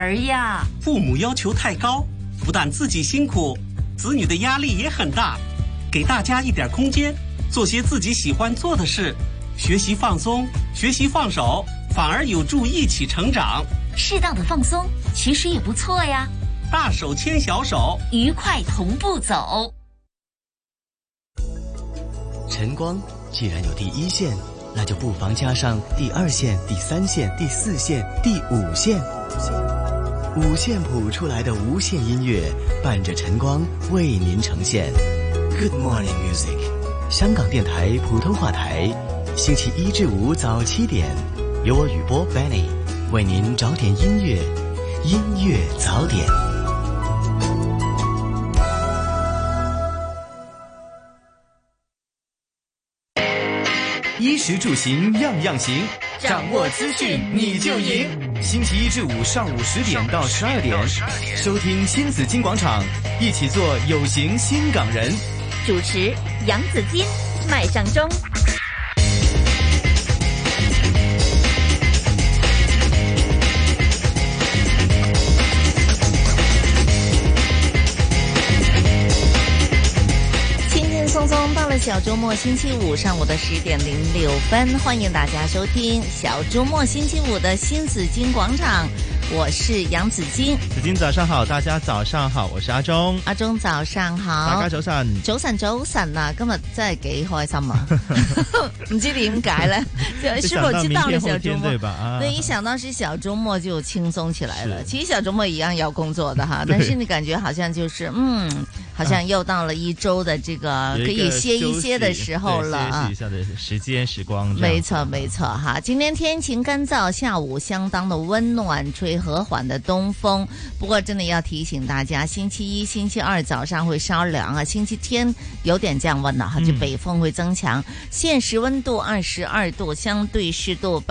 儿呀， 父母要求太高，不但自己辛苦，子女的压力也很大。给大家一点空间，做些自己喜欢做的事，学习放松，学习放手，反而有助一起成长。 适当的放松其实也不错呀。 大手牵小手， 愉快同步走。 晨光既然有第一线，那就不妨加上第二线、第三线、第四线、第五线。五线谱出来的无限音乐，伴着晨光为您呈现。Good Morning Music， 香港电台普通话台，星期一至五早7点，由我雨波 Benny 为您找点音乐，音乐早点。 衣食住行样样行，掌握资讯你就赢。星期一至五上午10点到12点，收听新紫金广场，一起做有型新港人。 主持杨子金、麦尚中。匆匆到了小周末星期五上午的10点06分，欢迎大家收听小周末星期五的新紫金廣場，我是楊子金。 子金早上好，大家早上好，我是阿中。 阿中早上好， 大家早晨。 早晨啊，今日真係幾開心啊！唔知點解呢？是否知道了小周末？對，一想到是小周末就輕鬆起來了。其實小周末一樣要工作的哈，但是你感覺好像就是好像又到了一周的這個可以歇一歇的時候了啊， 歇一下的時間時光。 沒錯沒錯哈，今天天晴乾燥，下午相當的溫暖，吹和緩的東風。不過真的要提醒大家，星期一、星期二早上會稍涼啊，星期天有點降溫了哈，就北風會增強。現時溫度22度，相對濕度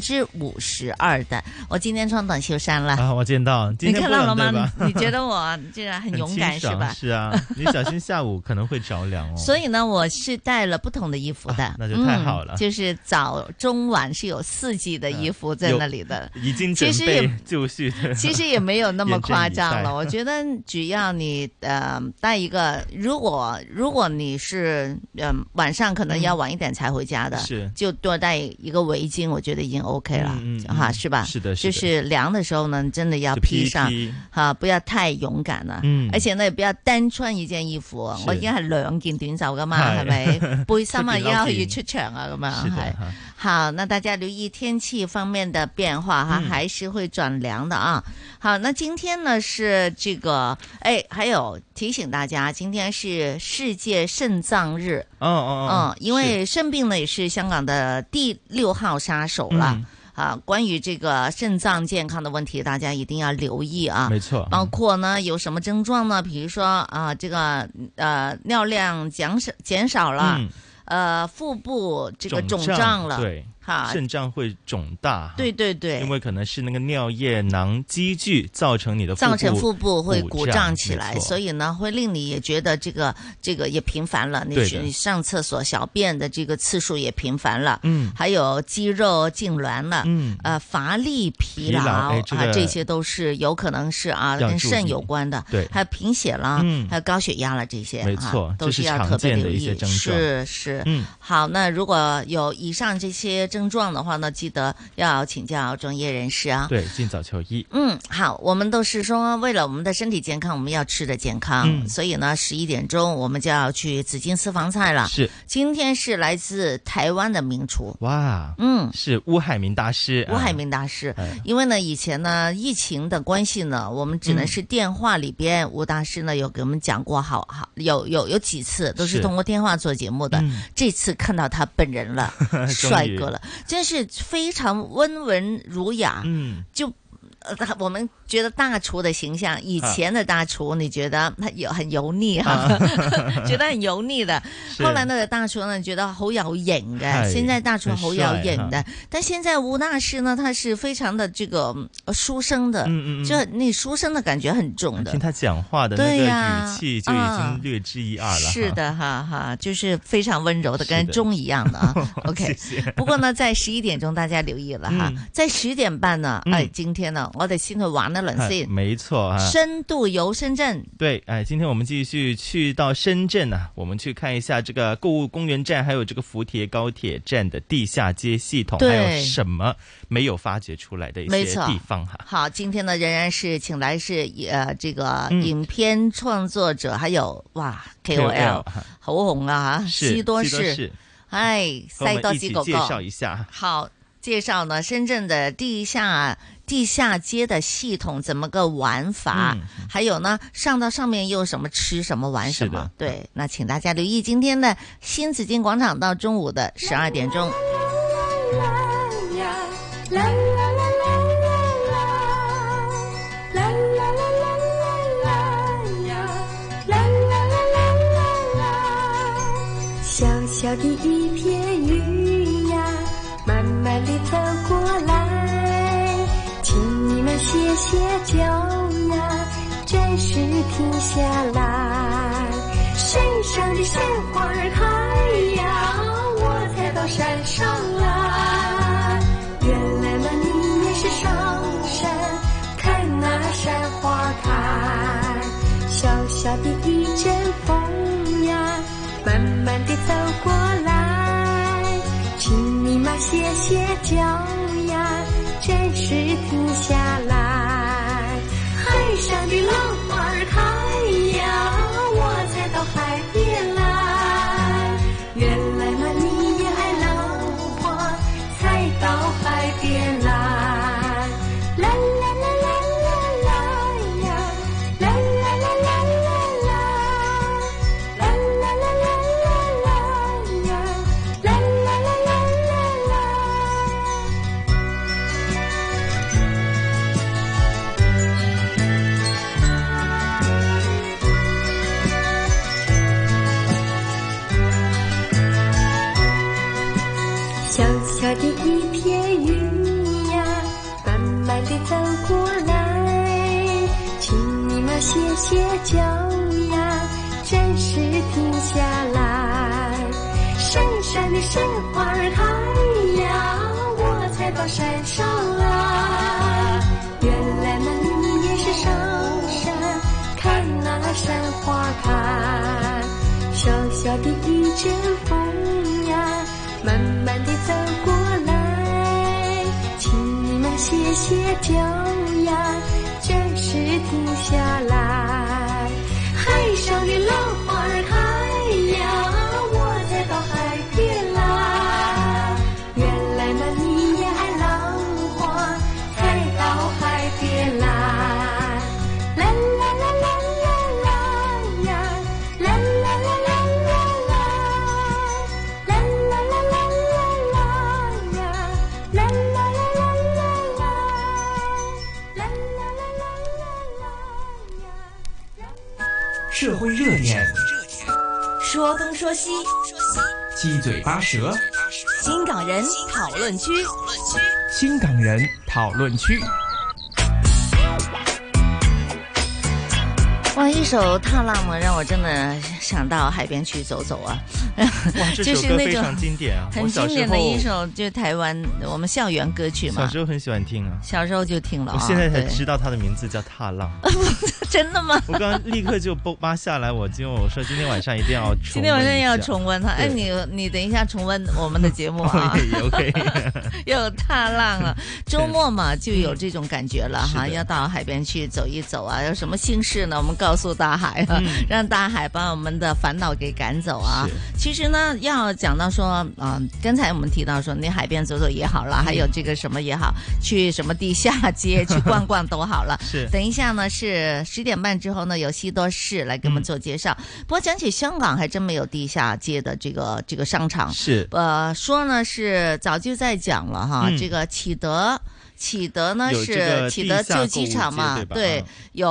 52%的。我今天穿短袖衫了啊，我見到， 你看到了嗎？你覺得我這個很勇敢是吧？ 是啊，你小心下午可能會着涼哦。 所以呢，我是帶了不同的衣服的， 那就太好了。 就是早中晚是有4季的衣服在那裡的， 已經準備就緒的。 其實也沒有那麼誇張了。我覺得只要你帶一個，如果你是晚上可能要晚一點才回家的，就多帶一個圍巾，我覺得已經 OK 了，哈，是吧？ 是的， 就是涼的時候呢，真的要披上，哈，不要太勇敢了。而且呢，也不要單穿一件衣服。我已經係2件短袖噶嘛，係咪？背心啊，而家可以出場啊，咁啊，係。好，那大家留意天氣方面的變化哈，還是會轉涼的啊。好，那今天呢是這個，還有提醒大家，今天是世界腎臟日。因為腎病呢也是香港的第6號殺手了。啊，關於這個腎臟健康的問題，大家一定要留意啊。 沒錯， 包括呢有什麼症狀呢？比如說啊，這個尿量減少了，腹部這個腫脹了， 對。腎臟會腫大， 對對對， 因為可能是那個尿液囊積聚造成你的腹部會鼓脹起來，所以呢會令你也覺得這個也頻繁了，你上廁所小便的這個次數也頻繁了，還有肌肉痙攣了，乏力疲勞啊，這些都是有可能是啊跟腎有關的，對，還有貧血啦，還有高血壓了這些， 沒錯， 都是要特別留意，是，好，那如果有以上這些症狀的話呢，記得要請教專業人士啊。 對，盡早求醫。 好，我們都是說為了我們的身體健康，我們要吃的健康，所以呢11點鐘我們就要去紫金私房菜了。 是， 今天是來自台灣的名廚。 哇，是吳海明大師。 吳海明大師，因為呢以前呢疫情的關係呢，我們只能是電話裏邊，吳大師呢有給我們講過好有幾次都是通過電話做節目的，這次看到他本人了，帥哥了。真是非常溫文儒雅，就我們覺得大廚的形象，以前的大廚，你覺得很油膩哈，覺得很油膩的。後來那個大廚呢，覺得好有型的，現在大廚好有型的。但現在吳大師呢，他是非常的這個書生的，就那書生的感覺很重的。 聽他講話的那個語氣就已經略知一二了。 是的，哈，就是非常溫柔的，跟鐘一樣的啊。OK，不過呢，在11點鐘大家留意了哈，在10點半呢，今天呢。 我哋先去玩一輪先。 没错啊， 深度游深圳。 对，今天我们继续去到深圳啊，我们去看一下这个购物公园站，还有这个福田高铁站的地下街系统，还有什么没有发掘出来的一些地方哈。 好，今天呢仍然是请来是这个影片创作者，还有哇 KOL 好紅啊，西多士，哎，西多士哥哥， 介绍一下。 好，介绍呢深圳的地下街的系统怎么个玩法，还有呢上到上面又什么吃什么玩什么。对，那请大家留意今天的新紫荆广场到中午的12点钟。 小小的一片云呀，慢慢地走过来，请你们歇歇脚呀，暂时停下来。山上的鲜花儿开呀，我才到山上来。原来嘛，你也是上山看那山花开。小小的一阵风呀，慢慢地走过来，请你嘛歇歇脚呀，暂时停下来。海上的浪花儿开呀，我才到海边来。原来嘛，你也爱浪花，才到海边来。啦啦啦啦啦啦呀，啦啦啦啦啦啦，啦啦啦啦啦呀，啦啦啦啦啦啦。小小的一片云呀，慢慢地走过来，请你们歇歇脚呀，暂时停下来。山上的鲜花儿开呀，我才到山上来。原来嘛，你也是上山看那山花开。小小的一阵风呀，慢慢地走过来，请你们歇歇脚呀，暂时停下来。海上的浪花儿开呀，我才到海边来。原来嘛，你也爱浪花，才到海边来。啦啦啦啦啦啦呀，啦啦啦啦啦啦，啦啦啦啦啦啦呀，啦啦啦啦啦啦，啦啦啦啦啦呀。 社会热点， 说东说西， 七嘴八舌， 新港人讨论区。 新港人讨论区。 哇，一首《踏浪》呢，让我真的想到海边去走走啊！ 哇，这首歌非常经典啊， 很经典的一首，就是台湾我们校园歌曲嘛。 小时候很喜欢听啊， 小时候就听了。 我现在才知道它的名字叫《踏浪》。 真的吗？ 我刚刚立刻就扒下来，我说今天晚上一定要重温。 今天晚上要重温它。哎，你等一下重温我们的节目啊。 OK。 有踏浪啊，周末嘛就有这种感觉了哈，要到海边去走一走啊。有什么心事呢？我们告诉大海啊，让大海把我们的烦恼给赶走啊。其实呢，要讲到说，刚才我们提到说，你海边走走也好啦，还有这个什么也好，去什么地下街去逛逛都好了。 是。 等一下呢，是10点半之后呢，有西多士来给我们做介绍。不过讲起香港，还真没有地下街的这个商场。 是。 说呢是早就在讲了哈，这个启德呢是启德旧机场嘛，对，有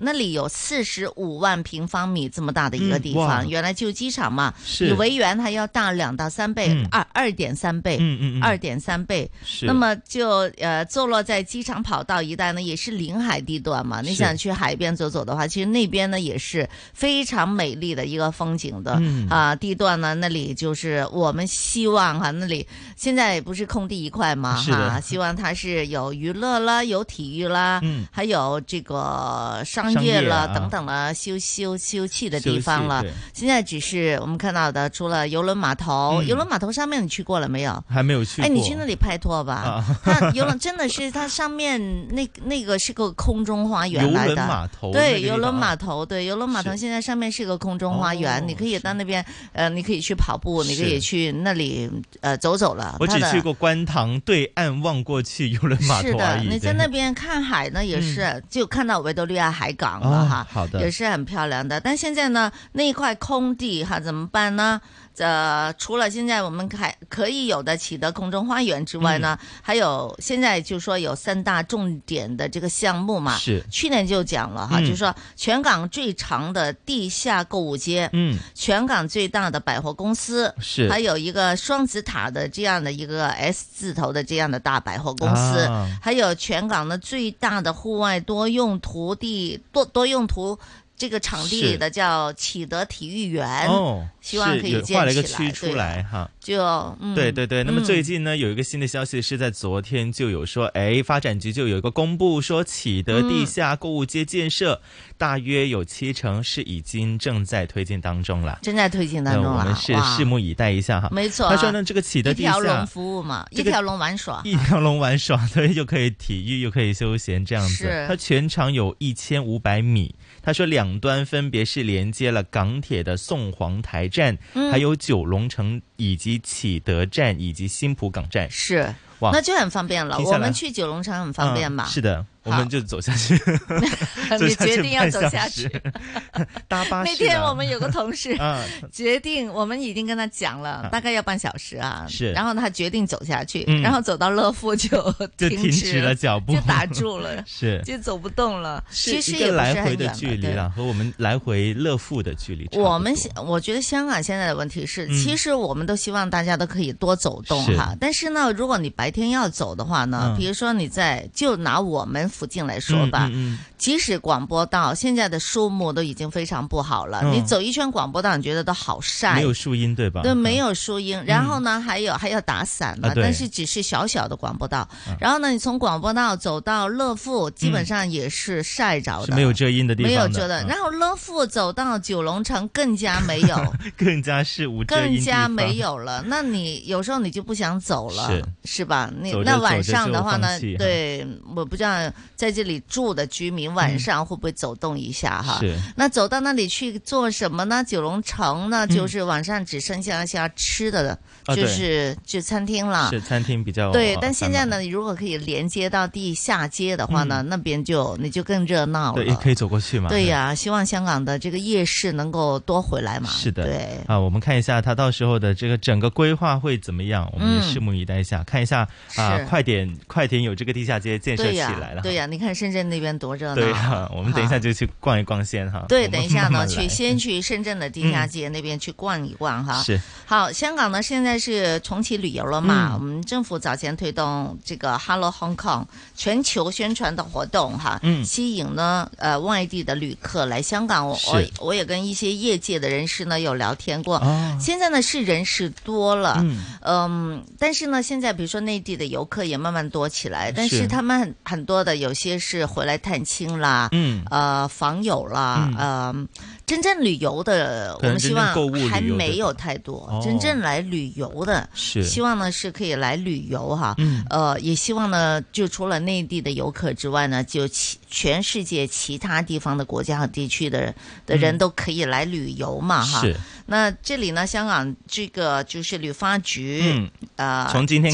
那里有45万平方米这么大的一个地方，原来旧机场嘛，比维园还要大2到3倍，2.3倍，2.3倍。那么就坐落在机场跑道一带呢，也是临海地段嘛。你想去海边走走的话，其实那边呢也是非常美丽的一个风景的地段呢。那里就是我们希望那里现在不是空地一块嘛希望它是有娱乐啦，有体育啦，还有这个商业了等等了，休憩的地方了。现在只是我们看到的，除了邮轮码头，邮轮码头上面你去过了没有？ 还没有去过。 你去那里拍拖吧。它邮轮真的是它上面那个是个空中花园来的。邮轮码头。对，邮轮码头，对，邮轮码头现在上面是个空中花园，你可以到那边你可以去跑步，你可以去那里走走了。 我只去过观塘对岸望过去邮轮码头而已。是的， 你在那边看海呢，也是就看到维多利亚海港了好的， 也是很漂亮的。但现在呢，那一块空地怎么办呢？除了现在我们可以有的启德空中花园之外呢，还有现在就说有3大重点的这个项目嘛。 是去年就讲了就是说全港最长的地下购物街，全港最大的百货公司， 是还有一个双子塔的这样的一个 S 字头的这样的大百货公司，还有全港的最大的户外多用途这个场地的叫启德体育园，希望可以建起来， 画了一个区出来对对对。那么最近呢，有一个新的消息是在昨天就有说，发展局就有一个公布说，启德地下购物街建设大约有70%是已经正在推进当中了，我们是拭目以待一下没错。 他说呢，这个启德地下一条龙服务嘛，一条龙玩耍， 对，又可以体育又可以休闲这样子。它全长有1500米。他说2端分别是连接了港铁的宋皇台站，还有九龙城以及启德站以及新浦港站。 是，那就很方便了。我们去九龙城很方便嘛。 是的。我们就走下去。 你决定要走下去。 搭巴士。 那天我们有个同事决定，我们已经跟他讲了，大概要半小时是。 然后他决定走下去，然后走到乐富就停止了脚步， 就打住了， 是， 就走不动了。其实也不是很远的，来回的距离了，和我们来回乐富的距离差不多。 我觉得香港现在的问题是，其实我们都希望大家都可以多走动但是呢，如果你白天要走的话呢，比如说就拿我们附近来说吧，即使广播道现在的树木都已经非常不好了，你走一圈广播道，你觉得都好晒， 没有树荫对吧？ 对，没有树荫。然后呢，还要打伞嘛，但是只是小小的广播道。然后呢，你从广播道走到乐富，基本上也是晒着的， 是没有遮阴的地方的， 没有遮的。然后乐富走到九龙城更加没有， 更加是无遮阴地方， 更加没有了。那你有时候你就不想走了，是吧？那晚上的话呢，对，我不知道在这里住的居民晚上会不会走动一下哈？那走到那里去做什么呢？九龙城呢，就是晚上只剩下吃的，就餐厅了。 是餐厅比较对，但现在呢，你如果可以连接到地下街的话呢，那边你就更热闹了。 对，也可以走过去嘛。 对呀，希望香港的这个夜市能够多回来嘛。 是的， 对啊，我们看一下它到时候的这个整个规划会怎么样，我们也拭目以待一下，看一下啊，快点有这个地下街建设起来了。 对呀，你看深圳那边多热闹。 对呀，我们等一下就去逛一逛先哈。 对，等一下呢，先去深圳的地下街那边去逛一逛哈。 是。 好，香港呢现在是重启旅游了嘛？我们政府早前推动这个 Hello Hong Kong 全球宣传的活动哈，吸引呢外地的旅客来香港。我也跟一些业界的人士呢有聊天过，现在呢是人士多了，但是呢现在比如说内地的游客也慢慢多起来，但是他们很多的有些是回来探亲啦，访友啦，真正旅游的我们希望还没有太多，真正来旅游的，希望呢是可以来旅游哈，也希望呢就除了内地的游客之外呢，就全世界其他地方的国家和地区的人都可以来旅游嘛哈。那这里呢，香港这个就是旅发局， 从今天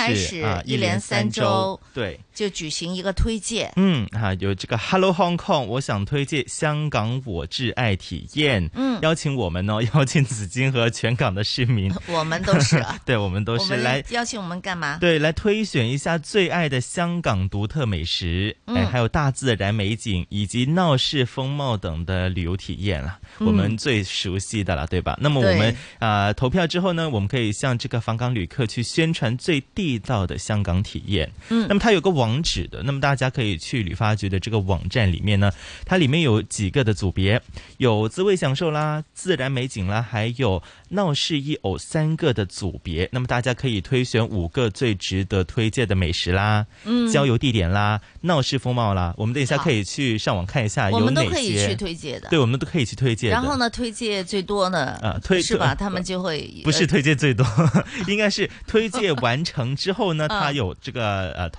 开始一连3周， 对， 就举行一个推介。 有这个 Hello Hong Kong， 我想推介香港我挚爱体验。邀请我们呢，邀请紫金和全港的市民， 我们都是对，我们都是来邀请我们干嘛？ 对，来推选一下最爱的香港独特美食，还有大自然美景以及闹市风貌等的旅游体验了，我们最熟悉的了，对吧？那么我们投票之后呢，我们可以向这个访港旅客去宣传最地道的香港体验。那么它有个网址的，那么大家可以去旅发局的这个网站里面呢，它里面有几个的组别，有滋味享受啦、自然美景啦，还有闹市一偶3个的组别。那么大家可以推选5个最值得推荐的美食啦、郊游地点啦、闹市风貌啦。我们等一下可以去上网看一下有哪些， 我们都可以去推荐的。 对，我们都可以去推荐的。 然后呢，推荐最多呢，是吧？他们就会不是推荐最多，应该是推荐完成之后呢，它有这个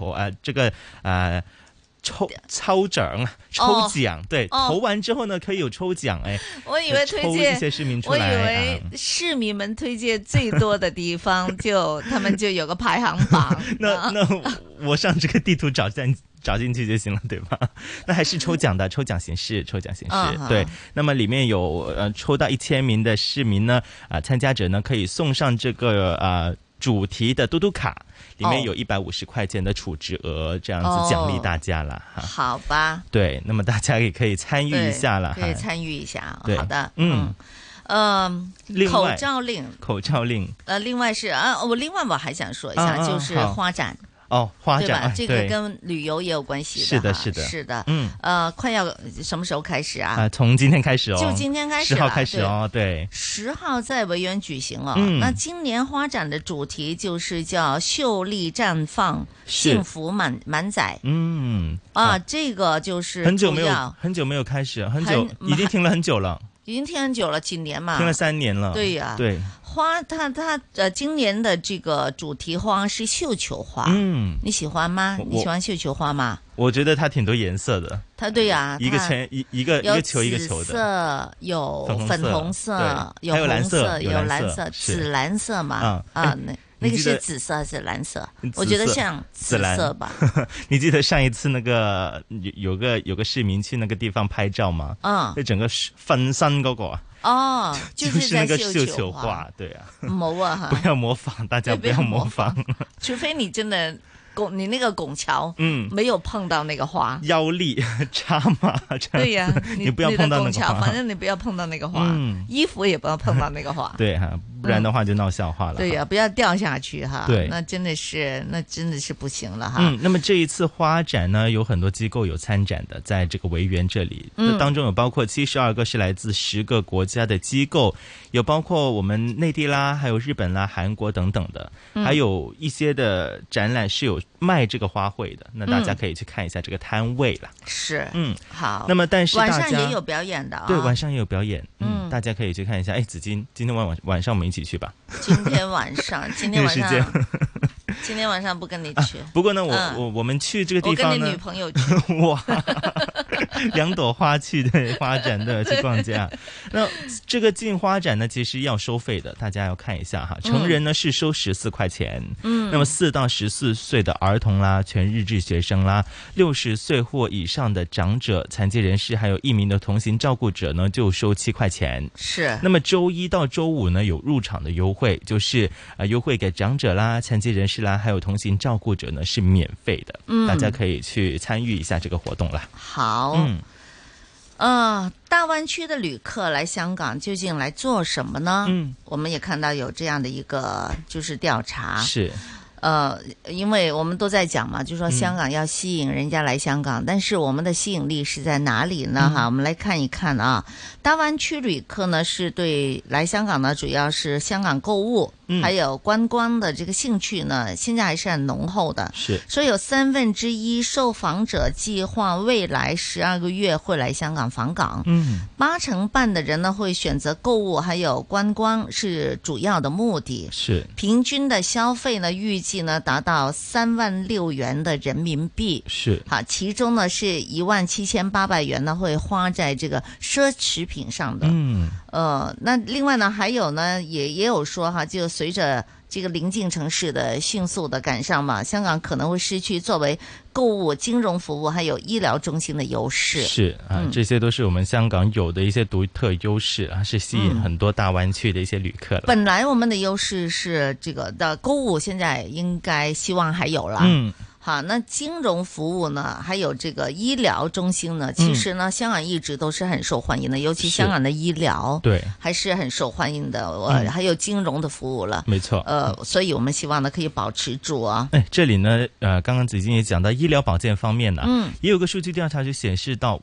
抽奖，对，投完之后呢可以有抽奖。 我以为推荐抽一些市民出来， 我以为市民们推荐最多的地方他们就有个排行榜。 那我上这个地图找进去就行了，对吧？那还是抽奖的，抽奖形式。对，那么里面有抽到1000名的市民呢，参加者呢可以送上这个主题的嘟嘟卡，里面有150块钱的储值额，这样子奖励大家了。 好吧， 对，那么大家也可以参与一下了， 可以参与一下。 对， 好的，口罩令，另外是我还想说一下，就是花展。 花展， 对吧？这个跟旅游也有关系的。是的。快要什么时候开始啊？ 从今天开始就今天开始 ，10号开始哦。对 ，10号在维园举行了。那今年花展的主题就是叫秀丽绽放，幸福满载。这个就是很久没有开始，已经停了很久了。 已经听很久了，几年嘛？ 听了3年了。 对呀， 对。 花，它今年的这个主题花是绣球花。你喜欢吗？你喜欢绣球花吗？ 我觉得它挺多颜色的。 它对呀， 一个圈一个球一个球的。有紫色，有粉红色，有红色，有蓝色，紫蓝色嘛。那个是紫色还是蓝色？我觉得像紫色吧。 你记得上一次那个有个市民去那个地方拍照吗？就整个粉身嗰個就是那个绣球花。对啊，不要模仿，大家不要模仿， 除非你真的。你那个拱桥，没有碰到那个花， 腰力差嘛？ 对呀， 你不要碰到那个花， 反正你不要碰到那个花，衣服也不要碰到那个花， 对哈，不然的话就闹笑话了。 对呀，不要掉下去哈。 对， 那真的是不行了哈。 那么这一次花展呢，有很多机构有参展的，在这个维园这里，当中有包括72个是来自10个国家的机构，有包括我们内地啦，还有日本啦、韩国等等的，还有一些的展览是有卖这个花卉的，那大家可以去看一下这个摊位了。 是，好。 那么但是晚上也有表演的啊。 对，晚上也有表演。大家可以去看一下。紫金，今天晚上我们一起去吧。 今天晚上不跟你去。 不过呢，我们去这个地方呢， 我跟你女朋友去。 哇，2朵花去的花展的去逛街。那这个进花展呢，其实要收费的，大家要看一下哈。成人呢是收14块钱，那么4到14岁的儿童啦、全日制学生啦、60岁或以上的长者、残疾人士，还有1名的同行照顾者呢，就收7块钱。 是。 那么周1到周5呢有入场的优惠，就是优惠给长者啦、残疾人士啦，还有同行照顾者呢是免费的。大家可以去参与一下这个活动了。 好。大湾区的旅客来香港究竟来做什么呢？我们也看到有这样的一个就是调查。 是。 因为我们都在讲嘛，就说香港要吸引人家来香港，但是我们的吸引力是在哪里呢？我们来看一看啊。大湾区旅客呢是对来香港呢主要是香港购物，还有观光的这个兴趣呢，现在还是很浓厚的。 是， 所以有1/3受访者计划未来12个月会来香港访港。8成半的人呢会选择购物还有观光是主要的目的。 是， 平均的消费呢预计呢达到36000元的人民币。 是， 好，其中呢是17800元呢会花在这个奢侈品上的。那另外呢还有呢也有说哈，就随着这个邻近城市的迅速的赶上嘛，香港可能会失去作为购物、金融服务还有医疗中心的优势。 是啊，这些都是我们香港有的一些独特优势啊，是吸引很多大湾区的一些旅客了。 本来我们的优势是这个的购物，现在应该希望还有了。好，那金融服务呢，还有这个医疗中心呢，其实呢，香港一直都是很受欢迎的，尤其香港的医疗对还是很受欢迎的。还有金融的服务了， 没错。 所以我们希望呢可以保持住啊。 这里呢，刚刚子矜也讲到医疗保健方面呢，也有个数据调查就显示到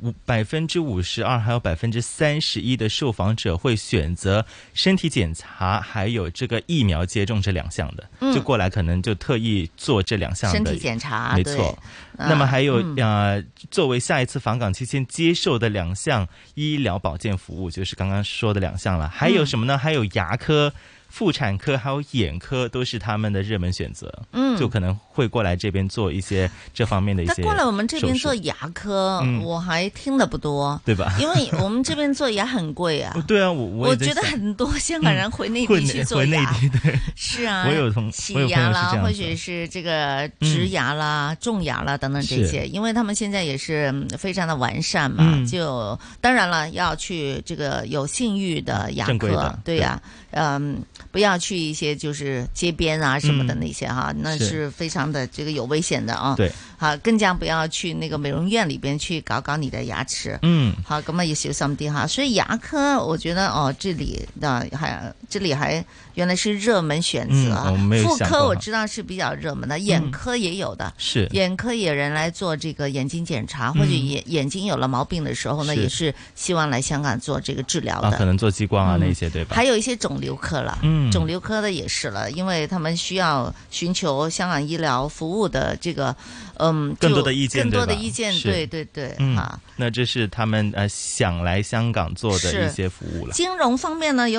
52%还有31%的受访者会选择身体检查还有这个疫苗接种这2项的，就过来可能就特意做这2项的身体检查。 没错，那么还有作为下一次访港期间接受的2项医疗保健服务，就是刚刚说的2项了。还有什么呢？还有牙科、妇产科还有眼科都是他们的热门选择。就可能会过来这边做一些这方面的一些手术。 他过来我们这边做牙科，我还听得不多， 对吧？ 因为我们这边做牙很贵啊。 对啊， 我觉得很多香港人回内地去做牙，是啊，洗牙啦，或者是这个植牙啦、种牙啦等等这些，因为他们现在也是非常的完善嘛。就当然了，要去这个有信誉的牙科，对呀，不要去一些就是街边啊什么的那些哈，那是非常的这个有危险的啊。 对， 好，更加不要去那个美容院里边去搞你的牙齿。好，咁啊要小心啲哈。所以牙科我觉得这里还原来是热门选择啊。妇科我知道是比较热门的，眼科也有的， 是眼科也有人来做这个眼睛检查，或者眼睛有了毛病的时候呢，也是希望来香港做这个治疗的， 可能做激光啊那些，对吧？ 还有一些肿瘤科了，肿瘤科的也是了，因为他们需要寻求香港医疗服务的这个更多的意见， 对对对， 那这是他们想来香港做的一些服务了。 金融方面呢，有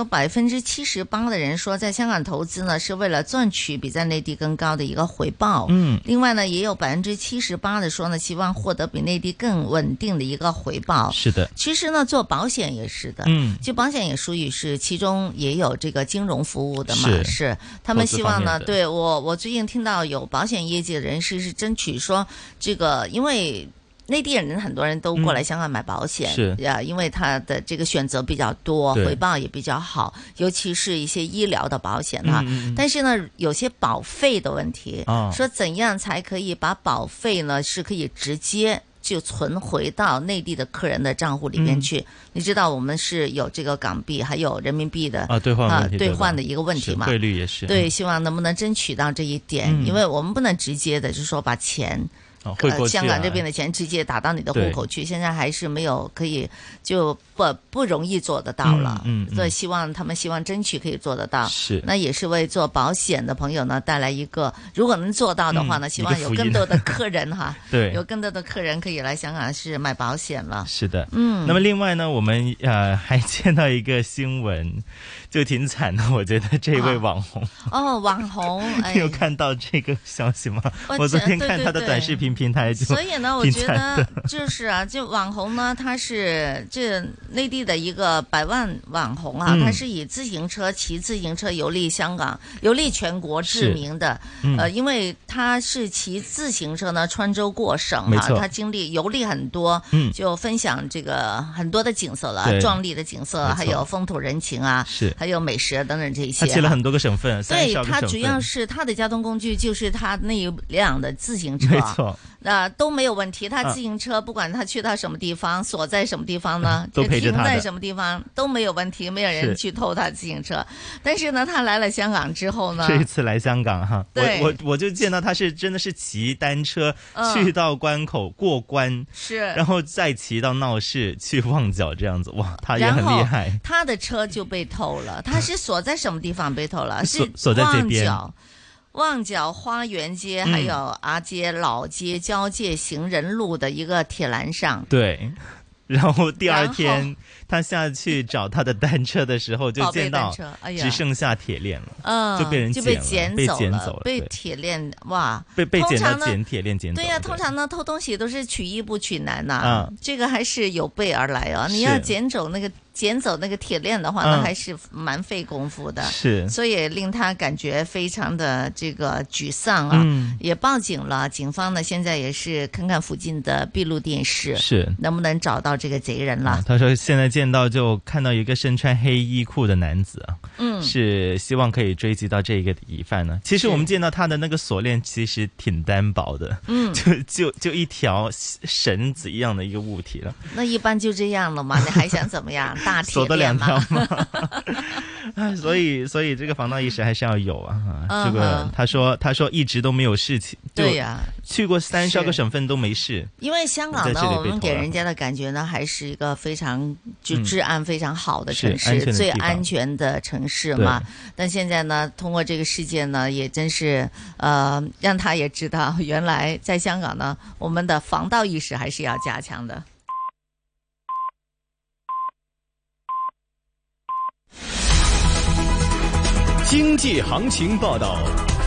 78%的人说在香港投资呢是为了赚取比在内地更高的一个回报。另外呢，也有78%的说呢希望获得比内地更稳定的一个回报。 是的， 其实呢做保险也是的，就保险也属于是其中也有这个金融服务的嘛，是他们希望呢，对我最近听到有保险业界的人士是争取说这个，因为内地人很多人都过来香港买保险， 是呀，因为他的这个选择比较多，回报也比较好，尤其是一些医疗的保险哈。但是呢，有些保费的问题，说怎样才可以把保费呢是可以直接就存回到内地的客人的账户里边去。你知道我们是有这个港币还有人民币的兑换的一个问题嘛？ 汇率也是。 对，希望能不能争取到这一点，因为我们不能直接的就是说把钱香港这边的钱直接打到你的户口去，现在还是没有可以就不容易做得到了。所以他们希望争取可以做得到。 是， 那也是为做保险的朋友呢带来一个，如果能做到的话呢，希望有更多的客人哈， 对， 有更多的客人可以来香港是买保险了。 是的，那么另外呢，我们还见到一个新闻，就挺惨的，我觉得这位网红网红， 你有看到这个消息吗？我昨天看他的短视频平台就， 所以呢，我觉得就是就网红呢，他是这内地的一个百万网红啊，他是以骑自行车游历香港、游历全国知名的。因为他是骑自行车呢穿州过省啊，他游历很多，就分享这个很多的景色了，壮丽的景色，还有风土人情啊，还有美食等等这些。 他骑了很多个省份， 对，他主要是他的交通工具就是他那一辆的自行车， 没错。 都没有问题，他自行车不管他去到什么地方，锁在什么地方呢， 都陪着他的， 停在什么地方都没有问题，没有人去偷他自行车。但是呢，他来了香港之后呢， 这一次来香港哈，我就见到他是真的是骑单车去到关口过关， 是， 然后再骑到闹市去旺角这样子，哇，他也很厉害。 他的车就被偷了，他是锁在什么地方被偷了？是锁在这边。 旺角花园街还有阿街老街交界行人路的一个铁栏上。 对，然后第二天他下去找他的单车的时候，就见到只剩下铁链了，就被人捡走了， 被铁链哇， 被捡到铁链捡走。 对呀，通常呢偷东西都是取易不取难呐，这个还是有备而来啊。你要捡走那个捡走那个铁链的话呢，还是蛮费功夫的， 是， 所以令他感觉非常的这个沮丧啊，也报警了。警方呢现在也是看看附近的闭路电视， 是能不能找到这个贼人了。 他说现在见到就看到一个身穿黑衣裤的男子啊，是希望可以追击到这个疑犯呢。其实我们见到他的那个锁链其实挺单薄的，就一条绳子一样的一个物体了。 那一般就这样了嘛，你还想怎么样？大铁链嘛。 锁得2条吗？所以这个防盗意识还是要有啊。这个他说一直都没有事情， 对呀， 去过30个省份都没事。 因为香港呢，我们给人家的感觉呢，还是一个非常就治安非常好的城市，最安全的城市嘛。但现在呢，通过这个事件呢，也真是让他也知道，原来在香港呢，我们的防盗意识还是要加强的。 经济行情报道。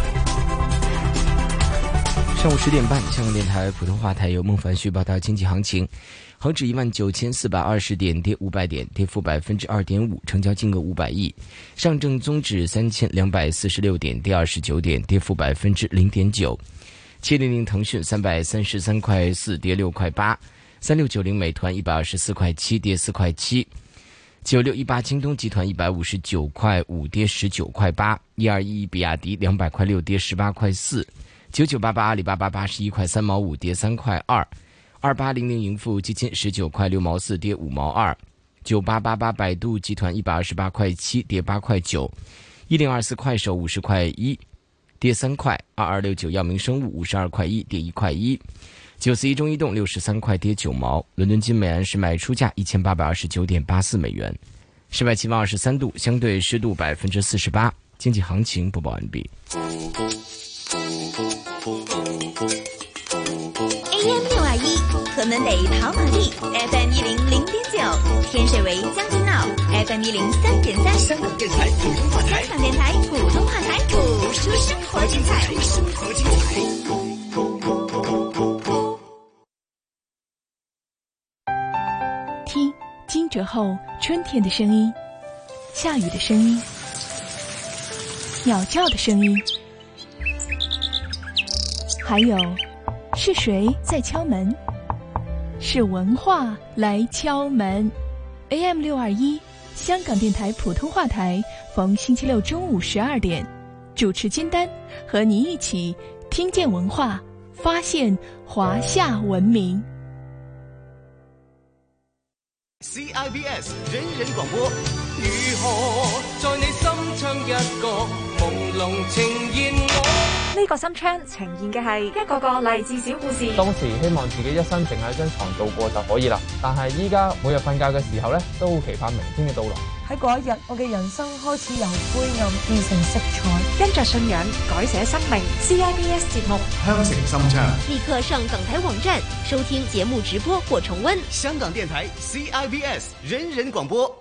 上午10点半，香港电台普通话台由孟凡旭报道经济行情。恒指19420点，跌500点，跌幅2.5%，成交金额500亿。上证综指3246点，跌29点，跌幅0.9%。700腾讯333块4，跌6块8。3690美团124块7，跌4块7。9618京东集团159块5，跌19块8。1211比亚迪200块6，跌18块4。9988阿里巴巴81块3毛5，跌3块2。2800盈富基金19块6毛4，跌5毛2。9888百度集团128块7，跌8块9。1024快手50块1，跌3块。2269药明生物52块1，跌1块1。941中移动63块，跌9毛。伦敦金每安士卖出价1829.84美元。室外气温23度，相对湿度48%。经济行情播报完毕。 AM621河门北跑马地 FM100.9天水围将军澳 FM103.3 香港电台普通话台， 香港电台普通话台，播出生活精彩， 生活精彩。 听惊蛰后春天的声音，下雨的声音，鸟叫的声音，还有是谁在敲门？是文化来敲门。AM621香港电台普通话台，逢星期六中午12点，主持金丹和你一起听见文化，发现华夏文明。 CIBS 人人廣播， 如何在你心窗一個朦朧呈現我？ 呢個心窗呈現嘅係一個個勵志小故事。 當時希望自己一生淨喺張床度過就可以啦，但係依家每日瞓覺嘅時候咧，都期盼明天嘅到來。 喺嗰一日，我嘅人生開始由灰暗變成色彩， 因着信仰改寫生命。CIBS 節目 《香城心窗》， 立刻上港台網站收聽節目直播或重溫。 香港電台 CIBS 人人廣播。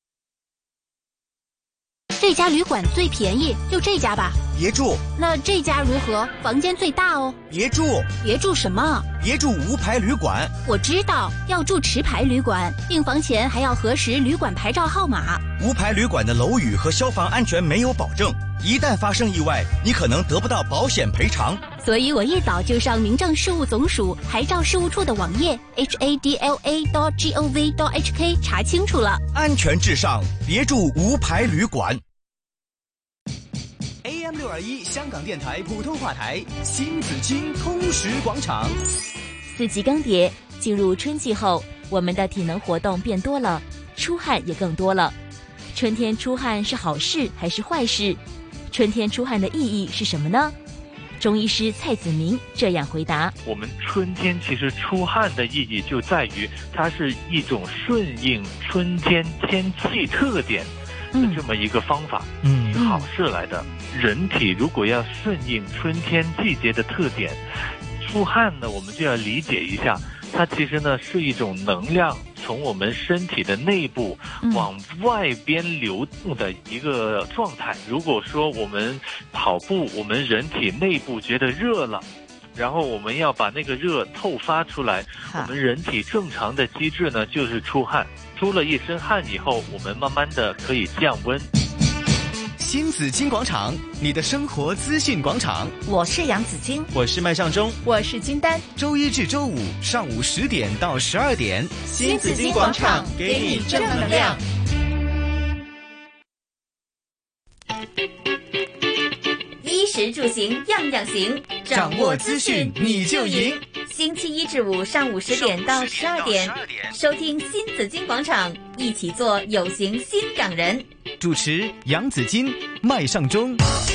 這家旅館最便宜，就這家吧。 別住。 那這家如何？房間最大哦。 別住。 別住什麼？ 別住無牌旅館。 我知道，要住持牌旅館，訂房前還要核實旅館牌照號碼。 無牌旅館的樓宇和消防安全沒有保證，一旦發生意外，你可能得不到保險賠償。 所以我一早就上民政事務總署牌照事務處的網頁 hadla.gov.hk 查清楚了。 安全至上，別住無牌旅館。AM621香港電台普通話台，新紫荊通識廣場。 四季更迭，進入春季後，我們的體能活動變多了，出汗也更多了。春天出汗是好事還是壞事？春天出汗的意義是什麼呢？中醫師蔡子明這樣回答： 我們春天其實出汗的意義就在於，它是一種順應春天天氣特點的這麼一個方法，是好事來的。人體如果要順應春天季節的特點，出汗呢，我們就要理解一下，它其實呢是一種能量從我們身體的內部往外邊流動的一個狀態。如果說我們跑步，我們人體內部覺得熱了， 然后我们要把那个热透发出来。我们人体正常的机制呢，就是出汗，出了一身汗以后，我们慢慢的可以降温。 新紫金广场，你的生活资讯广场。 我是杨紫金， 我是麦尚中， 我是金丹。 周一至周五上午10点到12点， 新紫金广场给你正能量。 衣食住行样样行， 掌握资讯你就赢。 星期一至五上午10点到12点，收听新紫金广场，一起做有型新港人。 主持杨紫金、麦尚中。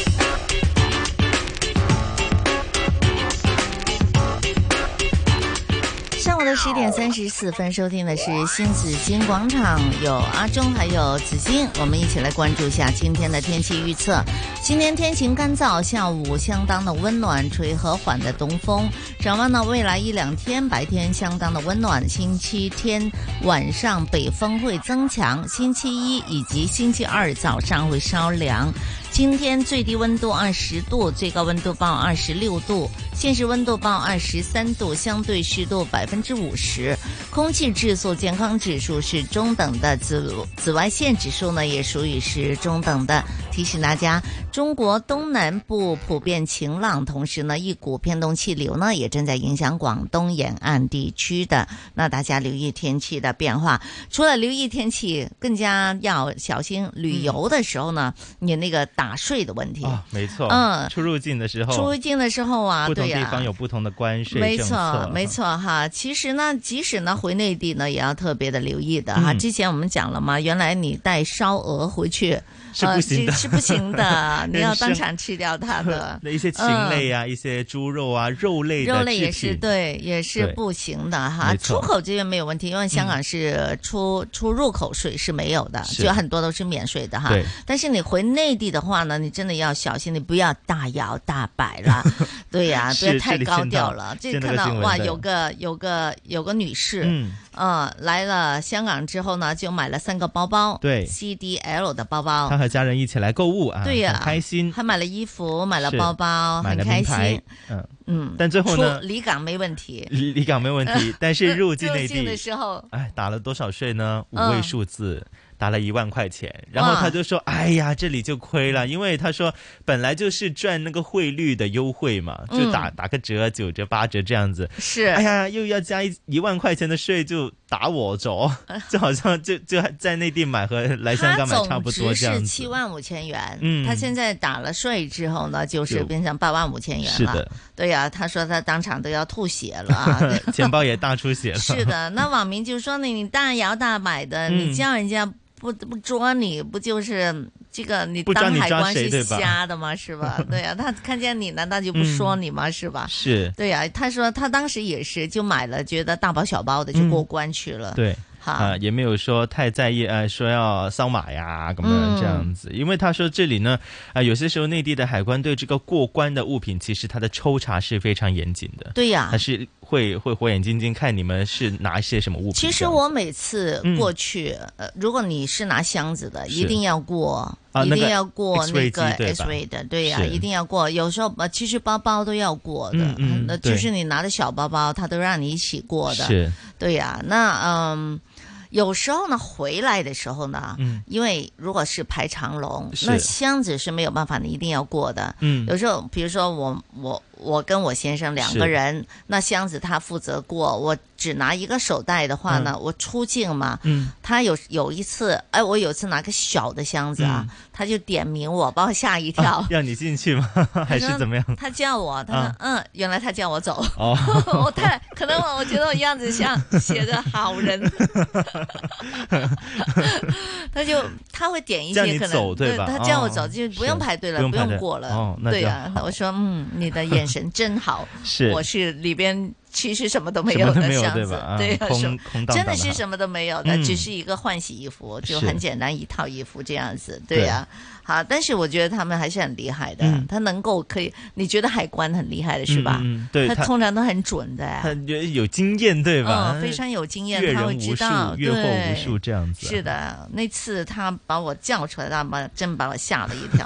上午的10点34分，收听的是新紫金广场，有阿中还有紫金，我们一起来关注一下今天的天气预测。今天天晴干燥，下午相当的温暖，吹和缓的东风。展望呢，未来1-2天白天相当的温暖，星期天晚上北风会增强，星期一以及星期二早上会稍凉。今天最低温度20度，最高温度报26度，现实温度报23度，相对湿度50%，空气质素健康指数是中等的，紫外线指数呢也属于是中等的。提醒大家，中国东南部普遍晴朗，同时呢，一股偏东气流呢也正在影响广东沿岸地区的，那大家留意天气的变化。除了留意天气，更加要小心旅游的时候呢，你那个打税的问题。 没错，出入境的时候啊， 不同地方有不同的关税政策， 没错哈。其实呢，即使呢回内地呢，也要特别的留意的哈。之前我们讲了嘛，原来你带烧鹅回去是不行的， 是不行的，你要当场吃掉它的。 那一些禽类啊，一些猪肉啊，肉类也是对，也是不行的哈。出口这边没有问题，因为香港是出入口税是没有的，就很多都是免税的哈。但是你回内地的话呢，你真的要小心，你不要大摇大摆了。对呀，不要太高调了。这看到哇，有个女士，来了香港之后呢，就买了3个包包， 对 ，CDL 的包包。 她和家人一起来购物啊， 对呀， 很开心。 还买了衣服，买了包包，很开心。 但最后呢， 离港没问题， 离港没问题，但是入境内地的时候， 打了多少税呢？5位数字。打了1万块钱，然后他就说：“哎呀，这里就亏了，因为他说本来就是赚那个汇率的优惠嘛，就打个折，9折、8折这样子。 是， 哎呀，又要加1万块钱的税，就打我走，就好像就在内地买和来香港买差不多这样子。 他总值是75000元，他现在打了税之后呢，就是变成85000元了。 是的， 对呀，他说他当场都要吐血了啊， 钱包也大出血了。 是的，那网民就说你大摇大摆的，你叫人家。不捉你，不就是这个你当海关是瞎的吗？是吧？对啊，他看见你难道就不说你吗？是吧？ 是。 对啊，他说他当时也是就买了，觉得大包小包的就过关去了。 对。也没有说太在意，说要扫码呀，咁样这样子。因为他说这里呢，有些时候内地的海关对这个过关的物品，其实它的抽查是非常严谨的。 对呀， 它是会火眼金睛看你们是拿一些什么物品。 其实我每次过去，如果你是拿箱子的，一定要过。一定要过那个 X-ray 的，对呀，一定要过。有时候其实包包都要过的，就是你拿的小包包，他都让你一起过的。 是， 对呀。那有时候呢，回来的时候呢，因为如果是排长龙，那箱子是没有办法，你一定要过的。有时候比如说我跟我先生2个人，那箱子他负责过，我只拿一个手袋的话呢，我出境嘛，他有一次，我有一次拿个小的箱子啊，他就点名我，把我吓一跳， 让你进去吗？还是怎么样？ 他叫我，他说原来他叫我走，可能我觉得我样子像写个好人，他会点一些可能， 对吧？ 他叫我走就不用排队了，不用过了，对啊，我说你的眼神真好，我是里边其实什么都没有的箱子，对啊，真的是什么都没有的，只是一个换洗衣服，就很简单一套衣服这样子，对啊。好，但是我觉得他们还是很厉害的，他能够可以，你觉得海关很厉害的是吧？ 对， 他通常都很准的， 他有经验对吧？ 非常有经验，他会知道， 阅人无数这样子。 是的，那次他把我叫出来，他真把我吓了一跳。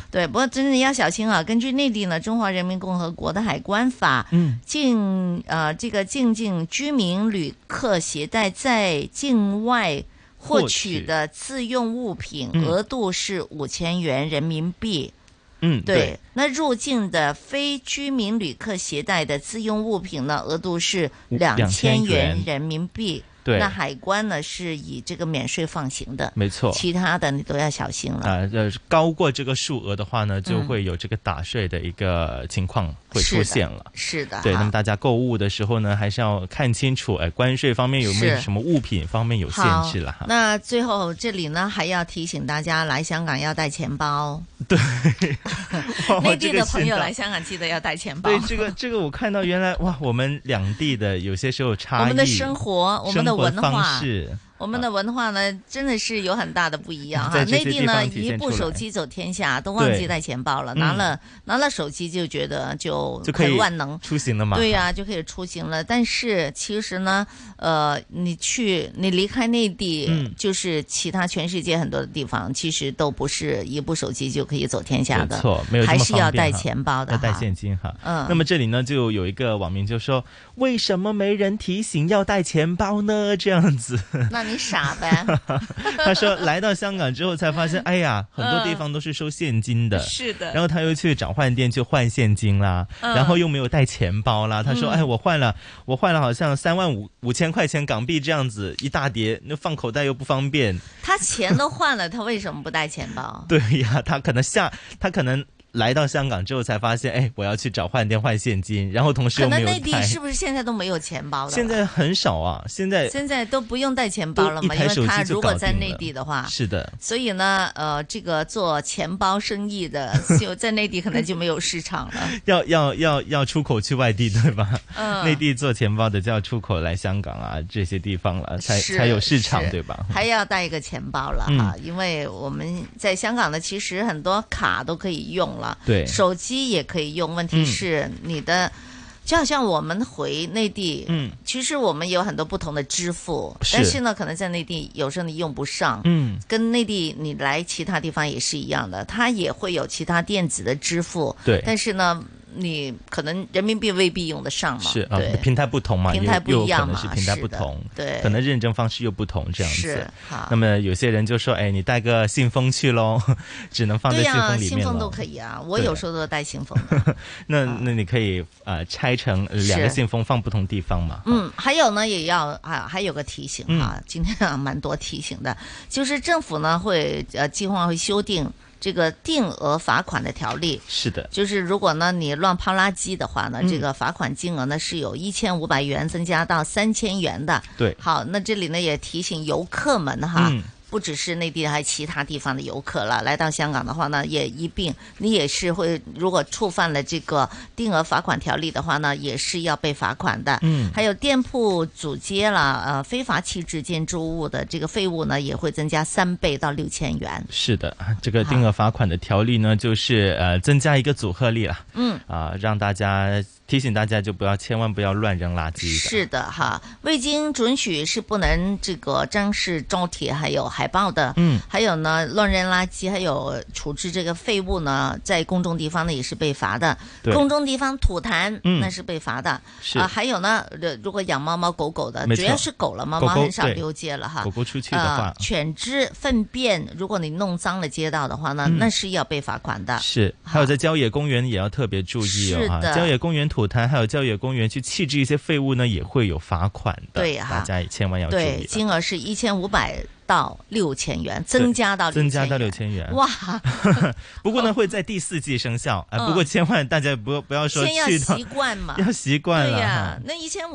对，不过真的要小心啊！根据内地呢，中华人民共和国的海关法，这个境居民旅客携带在境外获取的自用物品，额度是5000元人民币。对。那入境的非居民旅客携带的自用物品呢，额度是2000元人民币。对，那海关呢是以这个免税放行的， 没错， 其他的你都要小心了。 高过这个数额的话呢，就会有这个打税的一个情况会出现了。 是的， 对。那么大家购物的时候呢，还是要看清楚，关税方面有没有什么物品方面有限制了哈。 那最后这里呢，还要提醒大家，来香港要带钱包。 对， 内地的朋友来香港记得要带钱包。 对，这个我看到原来哇，我们两地的有些时候差异， 我们的生活，我们的文化方式。 我们的文化呢，真的是有很大的不一样哈。内地呢，一部手机走天下，都忘记带钱包了，拿了手机就觉得就很万能出行了嘛。 对呀，就可以出行了。但是其实呢，你离开内地，就是其他全世界很多的地方，其实都不是一部手机就可以走天下的， 没错，没有这么方便， 还是要带钱包的， 要带现金哈。那么这里呢，就有一个网民就说，为什么没人提醒要带钱包呢？这样子。 那你傻呗。 他说来到香港之后才发现，哎呀，很多地方都是收现金的。 是的。 然后他又去转换店去换现金啦，然后又没有带钱包啦。他说，我换了好像35000块钱港币这样子一大叠，那放口袋又不方便。 他钱都换了，他为什么不带钱包？ 对呀，他可能来到香港之后才发现，我要去找换店换现金，然后同时又没有带。 可能内地是不是现在都没有钱包的？ 现在很少啊，现在都不用带钱包了嘛，因为他如果在内地的话， 是的。 所以呢，这个做钱包生意的就在内地可能就没有市场了。 要出口去外地，对吧？内地做钱包的就要出口来香港啊这些地方了，才有市场，对吧？ 还要带一个钱包了哈，因为我们在香港呢，其实很多卡都可以用。 对， 手机也可以用，问题是你的，就好像我们回内地，其实我们有很多不同的支付，但是呢，可能在内地有时候你用不上，跟内地你来其他地方也是一样的，它也会有其他电子的支付， 对， 但是呢，你可能人民币未必用得上嘛， 是啊，平台不同嘛， 平台不一样嘛， 是平台不同， 对， 可能认证方式又不同，这样子。 是， 那么有些人就说，你带个信封去咯，只能放在信封里面。 信封都可以啊，我有时候都带信封的。 那你可以拆成2个信封放不同地方嘛。 还有呢，也要还有个提醒哈，今天蛮多提醒的，就是政府呢会计划会修订这个定额罚款的条例。 是的， 就是如果呢你乱抛垃圾的话呢，这个罚款金额呢是由1500元增加到3000元的。 对， 好，那这里呢也提醒游客们哈。不只是内地还有其他地方的游客了，来到香港的话呢，也一并你也是会，如果触犯了这个定额罚款条例的话呢，也是要被罚款的。还有店铺阻街了，非法弃置建筑物的这个废物呢，也会增加3倍到6000元。 是的，这个定额罚款的条例呢，就是增加一个阻吓力了。让大家。提醒大家就千万不要乱扔垃圾的。 是的哈，未经准许是不能这个张示招贴还有海报的。还有呢，乱扔垃圾还有处置这个废物呢，在公众地方呢也是被罚的。公众地方吐痰那是被罚的。 是还有呢，如果养猫猫狗狗的，主要是狗了，猫猫很少溜街了哈。 狗狗出去的话， 犬只粪便，如果你弄脏了街道的话呢，那是要被罚款的。 是，还有在郊野公园也要特别注意哦。 是的， 郊野公园吐痰，还有郊野公园去弃置一些废物呢，也会有罚款的。 对大家也千万要注意。 对，金额是1500到6000元，增加到 6000元。 哇！ 不过呢，会在第4季生效。不过千万大家不要说先要習慣嘛， 要習慣了。 對呀，那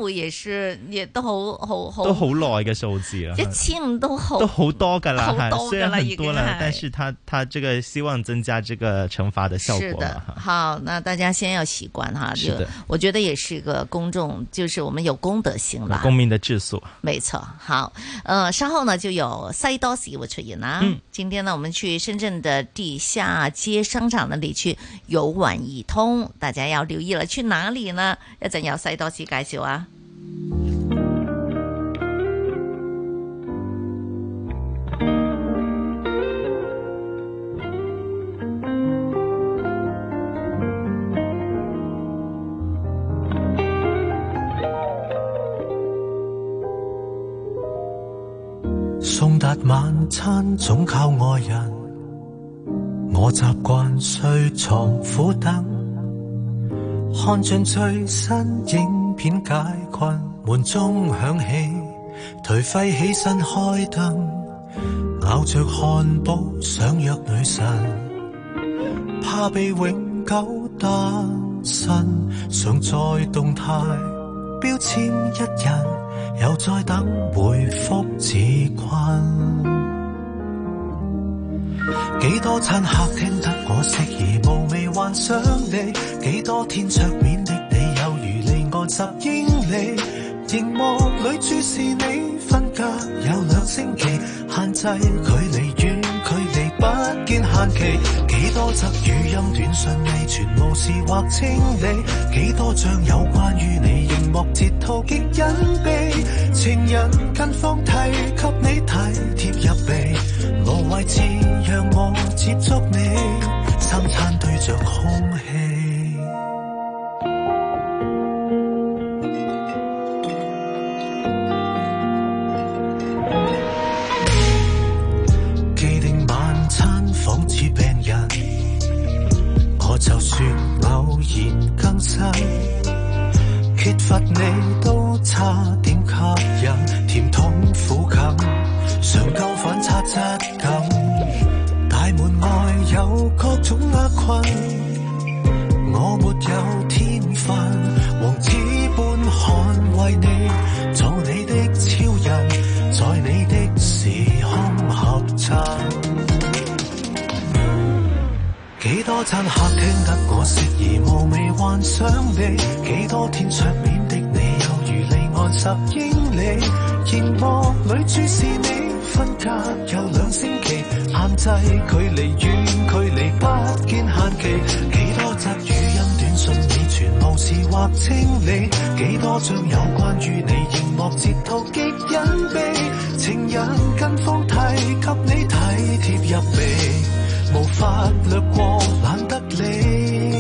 1500也都好耐嘅數字啦。 1500都好多噶啦， 雖然很多了， 但是他這個希望增加這個懲罰的效果嘛。 是的，好，那大家先要習慣哈。 是的， 我覺得也是一個公眾，就是我們有公德心啦， 公民的質素。 沒錯，好，稍後呢就有西多士會出現啦。今天呢，我們去深圳的地下街商場那裡去遊玩一通，大家要留意了，去哪裡呢？一陣有西多士介紹啊。 送達晚餐總靠愛人，我習慣睡床苦等，看盡最新影片解困，門鐘響起，頹廢起身開燈，咬着漢堡想約女神，怕被永久單身，想再動態標籤一人，又再等回覆自困。幾多餐客廳得我適宜無味幻想你，幾多天桌面的你有如離岸10英里，熒幕裏注視你分隔有2星期，限制距離遠距離不見限期，幾多則語音短信未傳無視或清理，幾多張有關於你熒幕截圖極隱秘，情人近況提及你體貼入微，無位置讓我接觸你，三餐對着空氣。既定晚餐仿似病人，我就算偶然更新，揭發你都差點吸引，甜痛苦感常夠反差質感，大門外有各種厄困，我沒有天分，王子般捍衛你，做你的超人，在你的時空合襯。幾多餐客廳得我適宜無味幻想你，幾多天桌面的你有如離岸10英里，熒幕裏注視你分隔有2星期，限制距離遠距離不見限期，幾多則語音短信已全無視或清理，幾多張有關於你熒幕截圖極隱秘，情人近況提及你體貼入微，無法略過懶得理，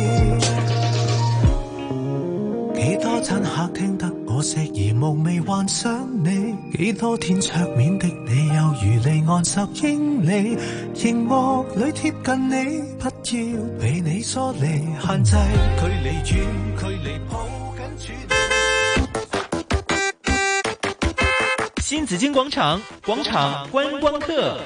幾多餐客廳得我適宜無味幻想你，幾多天桌面的你有如離岸10英里，熒幕裏貼近你，不要被你疏離，限制距離遠距離抱緊處理。 新紫荊廣場，廣場觀光客。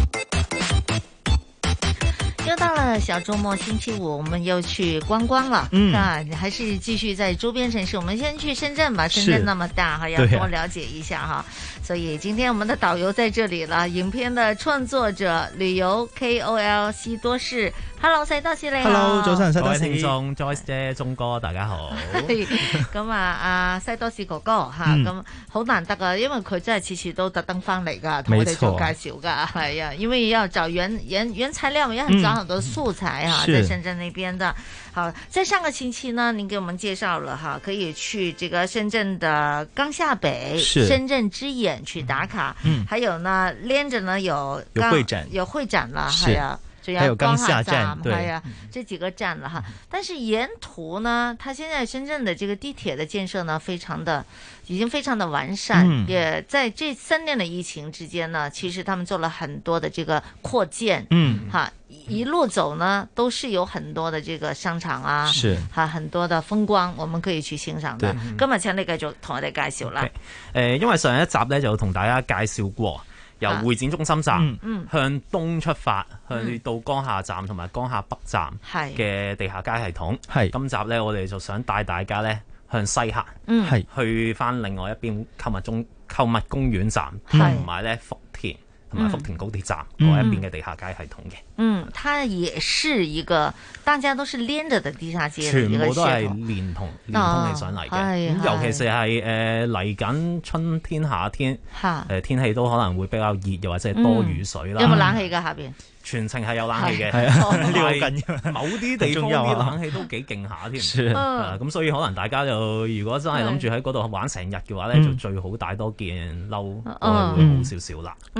又到了小周末星期五，我們又去觀光了。還是繼續在周邊城市。我們先去深圳吧，深圳那麼大哈，要多了解一下哈。所以今天我們的導遊在這裡了，影片的創作者、旅遊 KOL 西多士。Hello， 西多士你好。 Hello， 早晨，西多士。各位聽眾 ，Joyce 姐、鐘哥，大家好。 咁阿西多士哥哥吓，咁好難得啊，因為佢真係次次都特登翻嚟噶，同我哋做介紹噶，係啊，因為要找原材料，也很找很多素材哈，在深圳那邊的。好，在上個星期呢，您給我們介紹了哈，可以去這個深圳的崗廈北、深圳之眼去打卡，還有呢連着呢有會展了，係啊。還有崗廈站，對呀，這幾個站了哈。但是沿途呢，它現在深圳的這個地鐵的建設呢，已經非常的完善。也在這3年的疫情之間呢，其實他們做了很多的這個擴建。哈，一路走呢，都是有很多的這個商場啊，很多的風光，我們可以去欣賞的。今日請你繼續同我哋介紹啦。 因為上一集呢，就同大家介紹過。由會展中心站向東出發，去到崗廈站同埋崗廈北站嘅地下街系統。今集呢，我哋就想帶大家呢向西行，去返另外一邊購物公園站，同埋呢福田同埋福田高鐵站嗰一邊嘅地下街系統嘅。 它也是一個大家都是連着的地下街， 全部都係連通起上嚟嘅。咁尤其是係嚟緊春天夏天，天氣都可能會比較熱，又或者係多雨水啦。 有冇冷氣㗎下邊？ 全程係有冷氣嘅，係某啲地方啲冷氣都幾勁下添。咁所以可能大家就如果真係諗住喺嗰度玩成日嘅話咧，就最好帶多件褸，會好少少啦。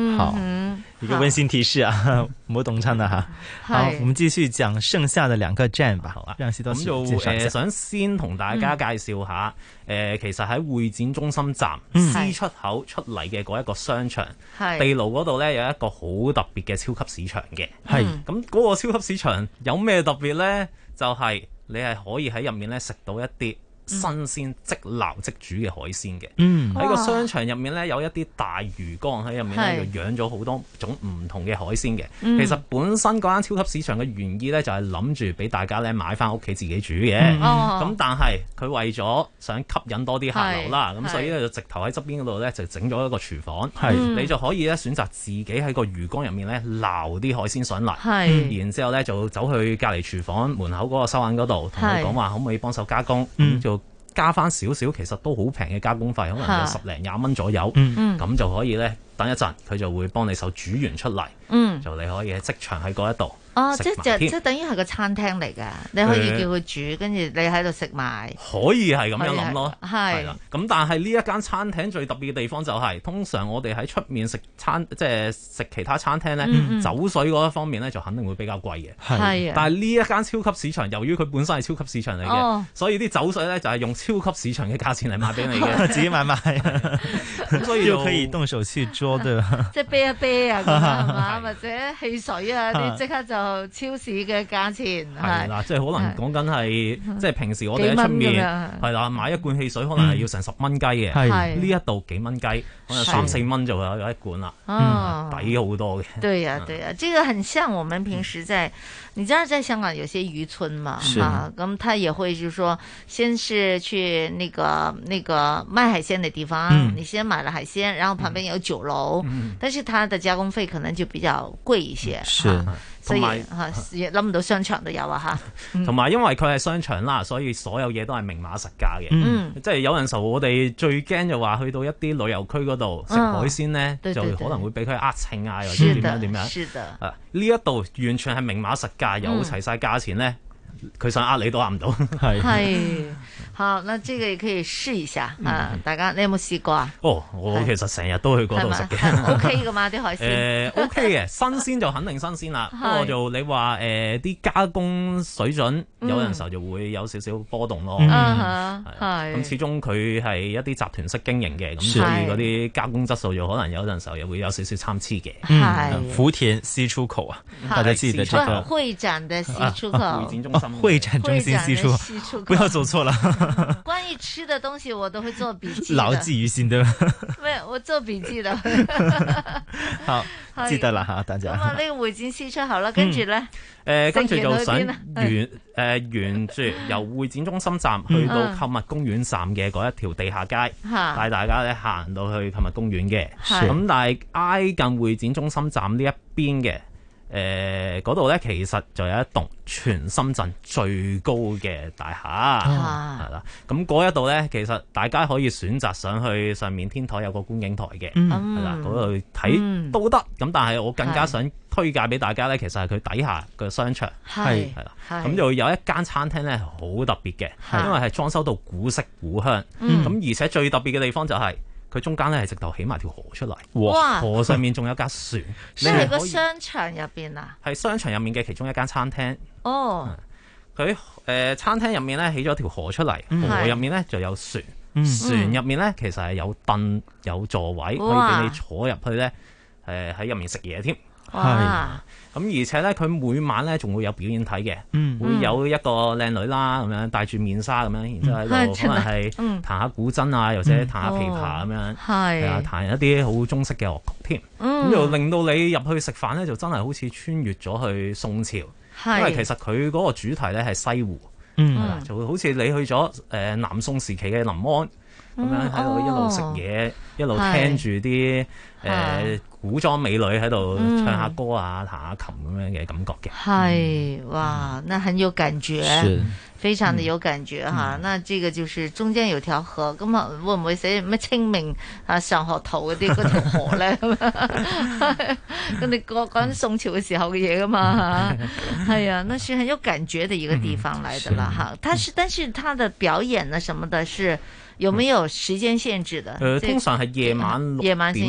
一個溫馨提示啊，唔好凍親啊吓。好，我們繼續講剩下的2個站吧，好啊。讓西多士介紹一下。 想先同大家介紹下，其實喺會展中心站 C 出口出嚟嘅嗰一個商場，地牢嗰度咧有一個好特別嘅超級市場嘅。係咁嗰個超級市場有咩特別咧？就係你係可以喺入面咧食到一啲新鮮即撈即煮嘅海鮮嘅。喺個商場入面咧有一啲大魚缸喺入面咧，就養咗好多種唔同嘅海鮮嘅。其實本身嗰間超級市場嘅原意咧就係諗住俾大家咧買翻屋企自己煮嘅。咁但係佢為咗想吸引多啲客流啦，咁所以咧就直頭喺側邊嗰度咧就整咗一個廚房，你就可以咧選擇自己喺個魚缸入面咧撈啲海鮮上嚟，然之後咧就走去隔離廚房門口嗰個收銀嗰度同佢講話可唔可以幫手加工，就加翻少少，其實都好平嘅加工費，可能有10零20蚊左右，咁就可以咧等一陣，佢就會幫你手煮完出嚟，就你可以喺即場喺嗰一度。 即等於係個餐廳嚟㗎，你可以叫佢煮，跟住你喺度食埋。 可以係咁樣諗咯，係啦。咁但係呢一間餐廳最特別嘅地方就係，通常我哋喺出面食即係食其他餐廳咧，酒水嗰一方面咧就肯定會比較貴嘅。係，但係呢一間超級市場，由於佢本身係超級市場嚟嘅，所以啲酒水咧就係用超級市場嘅價錢嚟賣俾你嘅， 自己買賣。咁所以就可以動手去捉對吧？ 即係啤一啤啊，係嘛？或者汽水啊啲，即刻就超市嘅價錢係啦，即係可能講緊係，即係平時我哋喺出面係啦買一罐汽水，可能係要成10蚊雞嘅，呢一度幾蚊雞，可能3、4蚊就有一罐啦，抵好多嘅。 對呀，對呀，這個很像我們平時在，你知道在香港有些漁村嘛，咁他也會就是說，先是去那個賣海鮮的地方，你先買了海鮮，然後旁邊有酒樓，但是它的加工費可能就比較貴一些。所以諗唔到商場都有啊嚇， 同埋因為佢係商場啦，所以所有嘢都係明碼實價嘅。即係有陣時候我哋最驚就話去到一啲旅遊區嗰度食海鮮呢，就可能會俾佢呃秤啊，或者點樣點樣。呢一度完全係明碼實價，有齊晒價錢呢。佢想呃你都呃唔到。 係好，那這個也可以試一下啊！大家你有冇試過啊？ 我其實成日都去嗰度食嘅。 OK 噶嘛啲海鮮 ？OK 嘅，新鮮就肯定新鮮啦。不過就你話啲加工水準，有陣時候就會有少少波動咯。係咁，始終佢係一啲集團式經營嘅，咁所以嗰啲加工質素就可能有陣時候又會有少少參差嘅。 係福田 C 出口啊，大家記得這個會展的 C 出口， 會展中心。 會展中心 C 出口，不要走錯了。 關於吃的東西，我都會做筆記， 牢記於心，對吧？ 沒有，我做筆記的。 好，記得啦吓，大家。咁啊，呢個會展 C 出口啦，跟住咧， 跟住就想沿住由會展中心站去到購物公園站嘅嗰一條地下街，帶大家咧行到去購物公園嘅。咁但係挨近會展中心站呢一邊嘅。嗰度咧其實就有一棟全深圳最高嘅大廈，係啦。咁嗰一度咧，其實大家可以選擇上去上面天台有個觀景台嘅，係啦，嗰度睇都得。咁但係我更加想推介俾大家咧，其實係佢底下嘅商場，係啦。咁就有一間餐廳咧，好特別嘅，因為係裝修到古色古香。咁而且最特別嘅地方就係。佢中間咧係直頭起埋條河出嚟，哇！河上面仲有架船， 你係個商場入邊啊？ 係商場入面嘅其中一間餐廳。 哦， 佢餐廳入面咧起咗條河出嚟，河入面咧就有船，船入面咧其實係有凳有座位，可以俾你坐入去咧，喺入面食嘢添。係。咁而且咧，佢每晚咧仲會有表演睇嘅，會有一個靚女啦，咁樣戴住面紗咁樣，然之後喺度可能係彈下古箏啊，或者彈下琵琶咁樣，係啊，彈一啲好中式嘅樂曲添，咁就令到你入去食飯咧，就真係好似穿越咗去宋朝，因為其實佢嗰個主題咧係西湖，就會好似你去咗南宋時期嘅臨安咁樣喺度一路食嘢，一路聽住啲古裝美女喺度唱下歌啊，彈下琴咁樣嘅感覺嘅。 係，哇，那很有感覺，非常的有感覺哈。那這個就是中間有條河，咁啊會唔會寫咩清明啊上河圖嗰啲嗰條河咧？咁你講宋朝嘅時候嘅嘢噶嘛？係啊，那是很有感覺的一個地方來的啦哈。但是他的表演呢什麼的是有沒有時間限制的？ 通常係夜晚6點零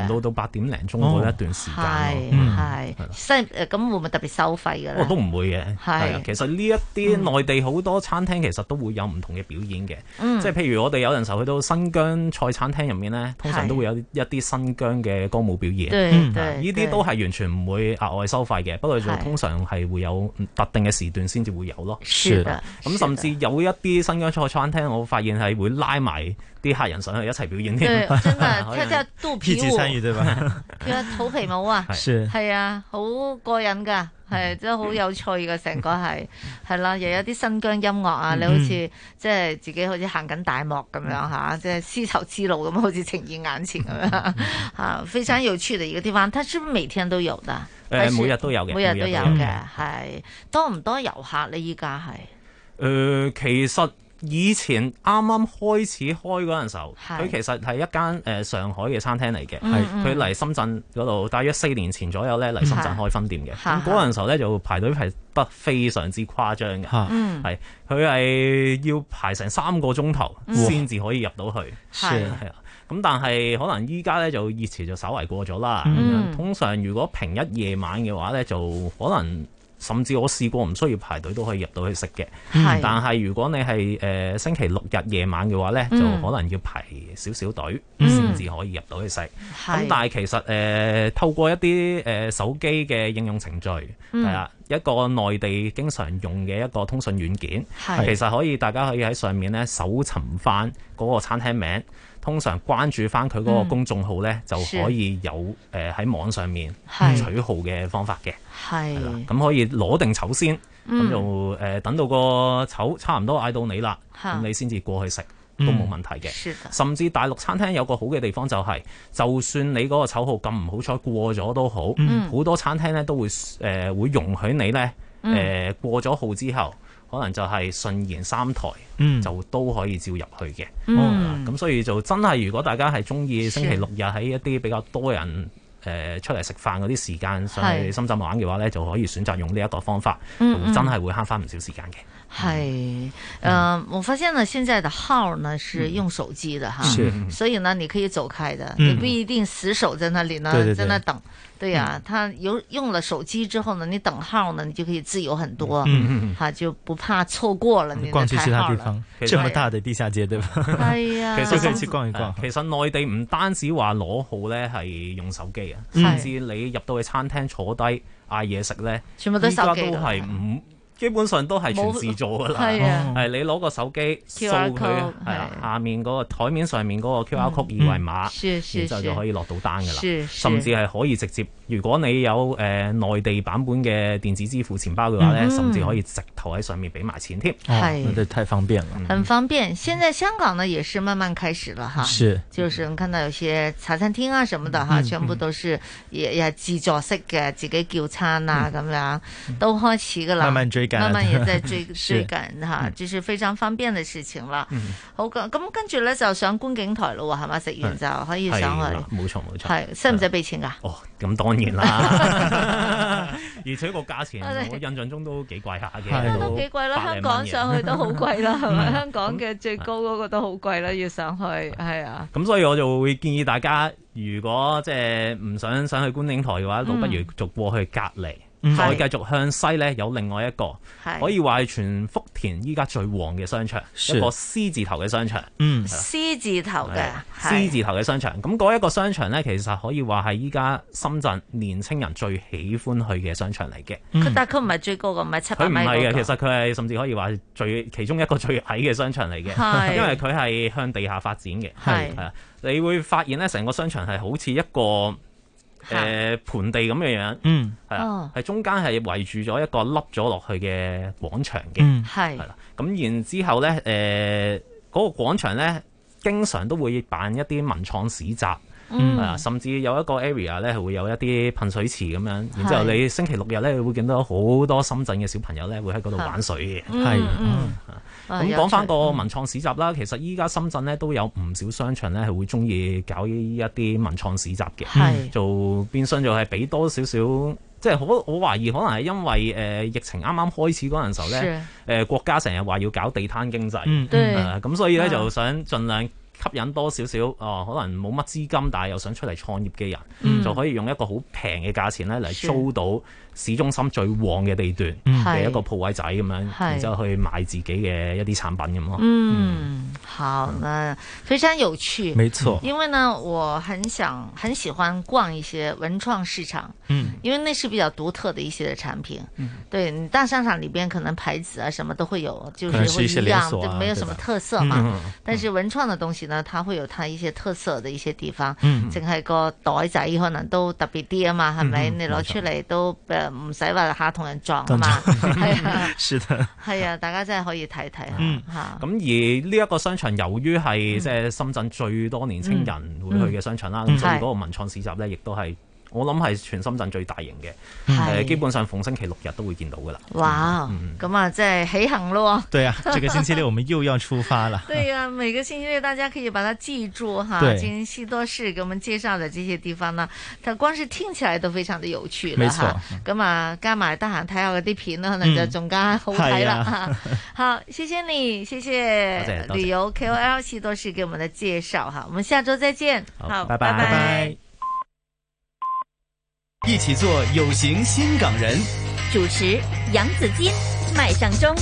到8點零鐘嗰一段時間。 係咁會唔會特別收費㗎咧？ 都唔會嘅。係其實呢一啲內地好多餐廳其實都會有唔同嘅表演嘅。即係譬如我哋有陣時候去到新疆菜餐廳入面咧，通常都會有一啲新疆嘅歌舞表演。呢啲都係完全唔會額外收費嘅，不過就通常係會有特定嘅時段先至會有咯。咁甚至有一啲新疆菜餐廳，我發現係會拉埋啲客人上去一齊表演添。 對，真的跳肚皮舞， 一起參與對吧？ 跳肚皮舞啊，係啊，好過癮㗎。係真係好有趣嘅，成個係啦，又有啲新疆音樂啊，你好似即係自己好似行緊大幕咁樣嚇，即係絲綢之路咁，好似呈現眼前咁樣嚇，非常有趣嘅一個地方。它是不是每天都有的？ 每日都有嘅， 每日都有嘅，係多唔多遊客呢？依家係其實。以前啱啱開始開嗰陣時候，佢其實係一間上海嘅餐廳嚟嘅，佢嚟深圳嗰度，大約4年前左右咧嚟深圳開分店嘅。咁嗰陣時候咧就排隊排得非常之誇張嘅，係佢係要排成3個鐘頭先至可以入到去，係啊。咁但係可能依家咧就熱潮就稍為過咗啦。通常如果平一夜晚嘅話咧，就可能。甚至我試過唔需要排隊都可以入到去食嘅，但係如果你係星期6日夜晚嘅話咧，就可能要排少少隊先至可以入到去食。咁但係其實透過一啲手機嘅應用程序係啦，一個內地經常用嘅一個通訊軟件，其實可以大家可以喺上面咧搜尋翻嗰個餐廳名。通常關注翻佢嗰個公眾號咧，就可以有喺網上面取號嘅方法嘅，係啦，咁可以攞定籌先，咁就等到個籌差唔多嗌到你啦，咁你先至過去食都冇問題嘅。甚至大陸餐廳有個好嘅地方就係，就算你嗰個籌號咁唔好彩過咗都好，好多餐廳咧都會會容許你咧過咗號之後。可能就係順延3台，就都可以照入去嘅。咁所以就真係，如果大家係中意星期6日喺一啲比較多人出嚟食飯嗰啲時間上去深圳玩嘅話咧，就可以選擇用呢一個方法，真係會慳翻唔少時間嘅。 係，我發現呢，現在的號呢是用手機的哈，所以呢你可以走開的，你不一定死守在那裡呢，在那等。對呀，他用了手機之後呢，你等號呢，你就可以自由很多，就不怕錯過了你的台號了。逛去其他地方， 這麼大的地下街，對吧？ 係啊， 其實可以去逛一逛。 其實內地唔單止話攞號咧係用手機啊，甚至你入到去餐廳坐低嗌嘢食咧， 全部都手機。 依家都係基本上都係全自助噶啦，係你攞個手機掃佢，下面嗰個台面上面嗰個 QR code 二維碼，然之後就可以落到單噶啦，甚至係可以直接，如果你有內地版本嘅電子支付錢包嘅話咧，甚至可以直頭喺上面俾埋錢添， 那太方便了， 很方便。現在香港呢也是慢慢開始了哈，就是我看到有些茶餐廳啊什麼的哈，全部都是也自助式嘅，自己叫餐啊咁樣都開始噶啦，慢慢也在追緊嚇，就是非常方便嘅事情啦。好咁跟住咧就上觀景台咯喎，係嘛？食完就可以上去。 冇錯。 係，使唔使俾錢㗎？ 哦，咁當然啦。而且個價錢我印象中都幾貴下嘅， 都幾貴啦。香港上去都好貴啦，係咪？香港嘅最高嗰個都好貴啦，要上去係啊。 咁所以我就會建議大家，如果即係唔想上去觀景台嘅話，倒不如就過去隔離。再繼續向西咧，有另外一個可以話係全福田依家最旺嘅商場，一個 C 字頭嘅商場。 C 字頭嘅 C 字頭嘅商場，咁嗰一個商場咧，其實可以話係依家深圳年青人最喜歡去嘅商場嚟嘅。 但係佢唔係最高嘅，唔係700米。 佢唔係嘅，其實佢係甚至可以話其中一個最矮嘅商場嚟嘅，因為佢係向地下發展嘅。係啊，你會發現咧，成個商場係好似一個盆地咁嘅樣，係啦，係中間係圍住咗一個凹咗落去嘅廣場嘅，係啦，咁然之後咧，嗰個廣場咧，經常都會辦一啲文創市集，甚至有一個 area 咧係會有一啲噴水池咁樣，然之後你星期6日咧會見到好多深圳嘅小朋友咧會喺嗰度玩水嘅，係。咁講翻個文創市集啦，其實依家深圳咧都有唔少商場咧係會中意搞一啲文創市集嘅，就變相就係俾多少少，即係我懷疑可能係因為疫情啱啱開始嗰陣時候咧，國家成日話要搞地攤經濟，咁所以咧就想盡量吸引多少少可能冇乜資金，但係又想出嚟創業嘅人，就可以用一個好平嘅價錢咧嚟租到市中心最旺嘅地段嘅一個鋪位仔咁樣，然之後去賣自己嘅一啲產品咁咯。 好，那非常有趣， 沒錯。 因為呢，我很喜歡逛一些文創市場，因為那是比較獨特的一些的產品。對，你大商場裏邊可能牌子啊什麼都會有，就是會一樣，對，沒有什麼特色嘛。但是文創的東西呢，它會有它一些特色的一些地方。淨係個袋仔可能都特別啲啊嘛，係咪？你攞出嚟都唔使話下同人撞啊嘛。係啊， 是的， 係啊，大家真係可以睇睇下。 咁而呢一個商場由於係即係深圳最多年青人會去嘅商場啦，咁所以嗰個文創市集咧，亦都係我諗係全深圳最大型嘅，基本上逢星期六日都會見到噶啦。 哇，咁啊，即係起行咯。 對啊，這個星期六我們又要出發了。 對啊，每個星期六大家可以把它記住哈。今天西多士給我們介紹的這些地方呢，它光是聽起來都非常的有趣啦。沒錯。咁啊，加埋得閒睇下嗰啲片呢，可能就仲加好睇啦。好，謝謝你，謝謝旅遊 KOL 西多士給我們的介紹哈。我們下周再見。好，拜拜。 一起做有型新港人， 主持楊子矜、麥尚中。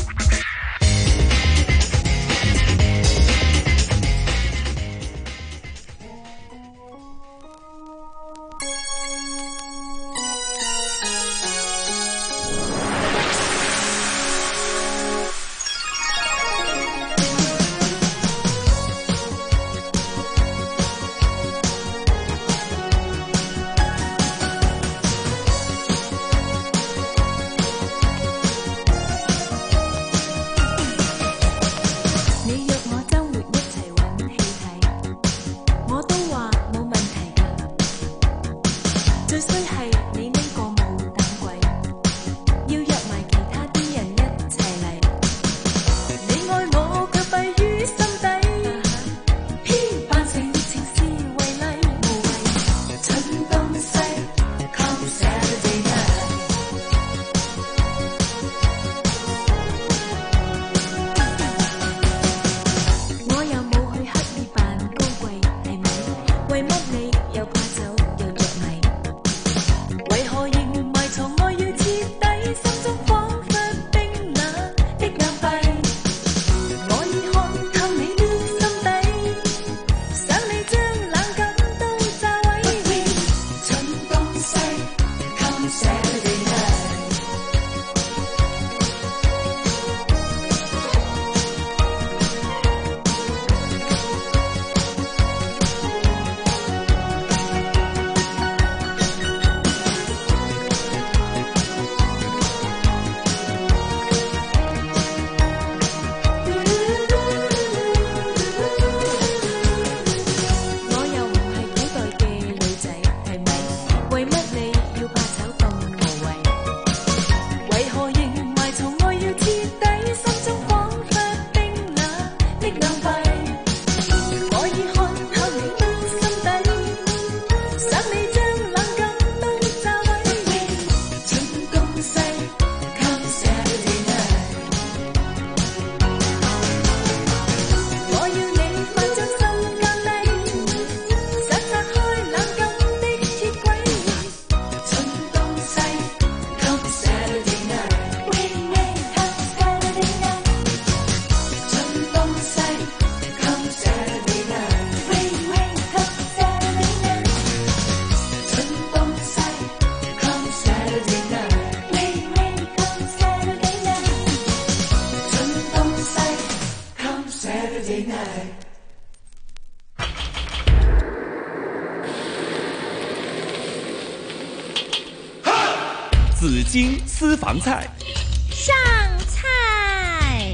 紫荊私房菜上菜。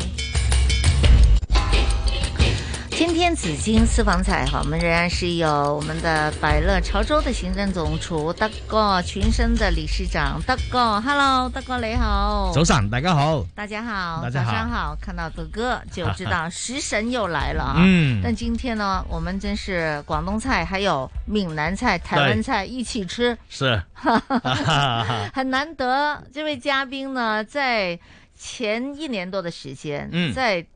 今天紫荊私房菜哈，我們仍然是有我們的百樂潮州的行政總廚德哥，群生的理事長德哥 ，Hello， 德哥你好。 早晨，大家好。 大家好， 大家好。 早上好，看到德哥就知道食神又來了啊。但今天呢，我們真是廣東菜，還有閩南菜、台灣菜一起吃。 是。 很難得，這位嘉賓呢，在前1年多的時間，在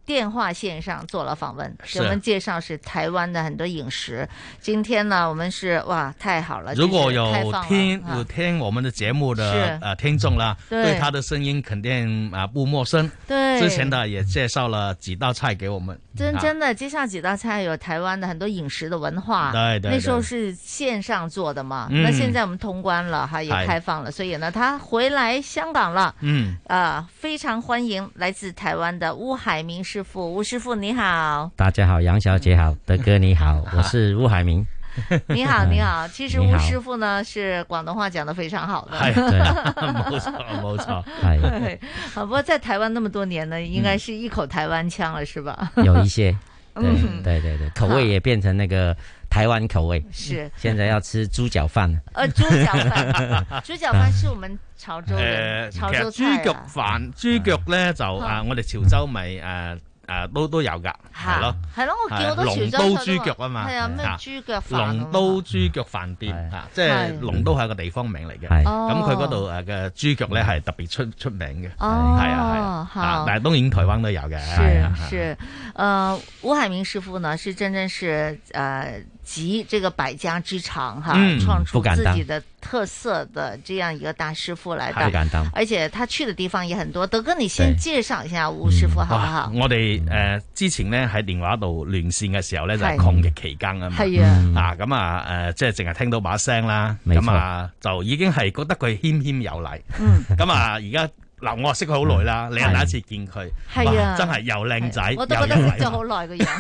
电话线上做了访问，给我们介绍是台湾的很多饮食。今天呢，我们是哇，太好了！ 如果有听我们的节目的听众啦，对他的声音肯定不陌生。 对， 之前的也介绍了几道菜给我们。 真的介绍几道菜，有台湾的很多饮食的文化。 对， 那时候是线上做的嘛，那现在我们通关了，也开放了，所以呢，他回来香港了。非常欢迎来自台湾的巫海明师傅。巫师傅你好。 大家好，杨小姐好，德哥你好，我是巫海明。 你好，你好。其实巫师傅呢是广东话讲得非常好的。 冇错。 对，不过在台湾那么多年呢，应该是一口台湾腔了，是吧？ 有一些。对，口味也变成那个台湾口味。 是。 现在要吃猪腳飯。 豬腳飯，豬腳飯是我們潮州人潮州菜啊。 豬腳飯，豬腳咧就我哋潮州咪都有噶，係咯， 我見好多潮州龍都豬腳啊嘛， 係啊，咩豬腳飯， 龍都豬腳飯店即係龍都係一個地方名嚟嘅，咁佢嗰度嘅豬腳咧係特別出名嘅，係啊，但係當然台灣都有嘅。 是，巫海明師傅呢是真正是集這個百家之長創出自己的特色的這樣一個大師傅來的，而且他去的地方也很多。德哥，你先介紹一下巫師傅好不好？ 我哋之前咧喺電話度連線嘅時候咧就係抗疫期間啊嘛，即係淨係聽到把聲啦，咁就已經係覺得佢謙謙有禮，咁而家。嗱，我識佢好耐啦，你係第一次見佢，真係又靚仔， 我都覺得識咗好耐個樣。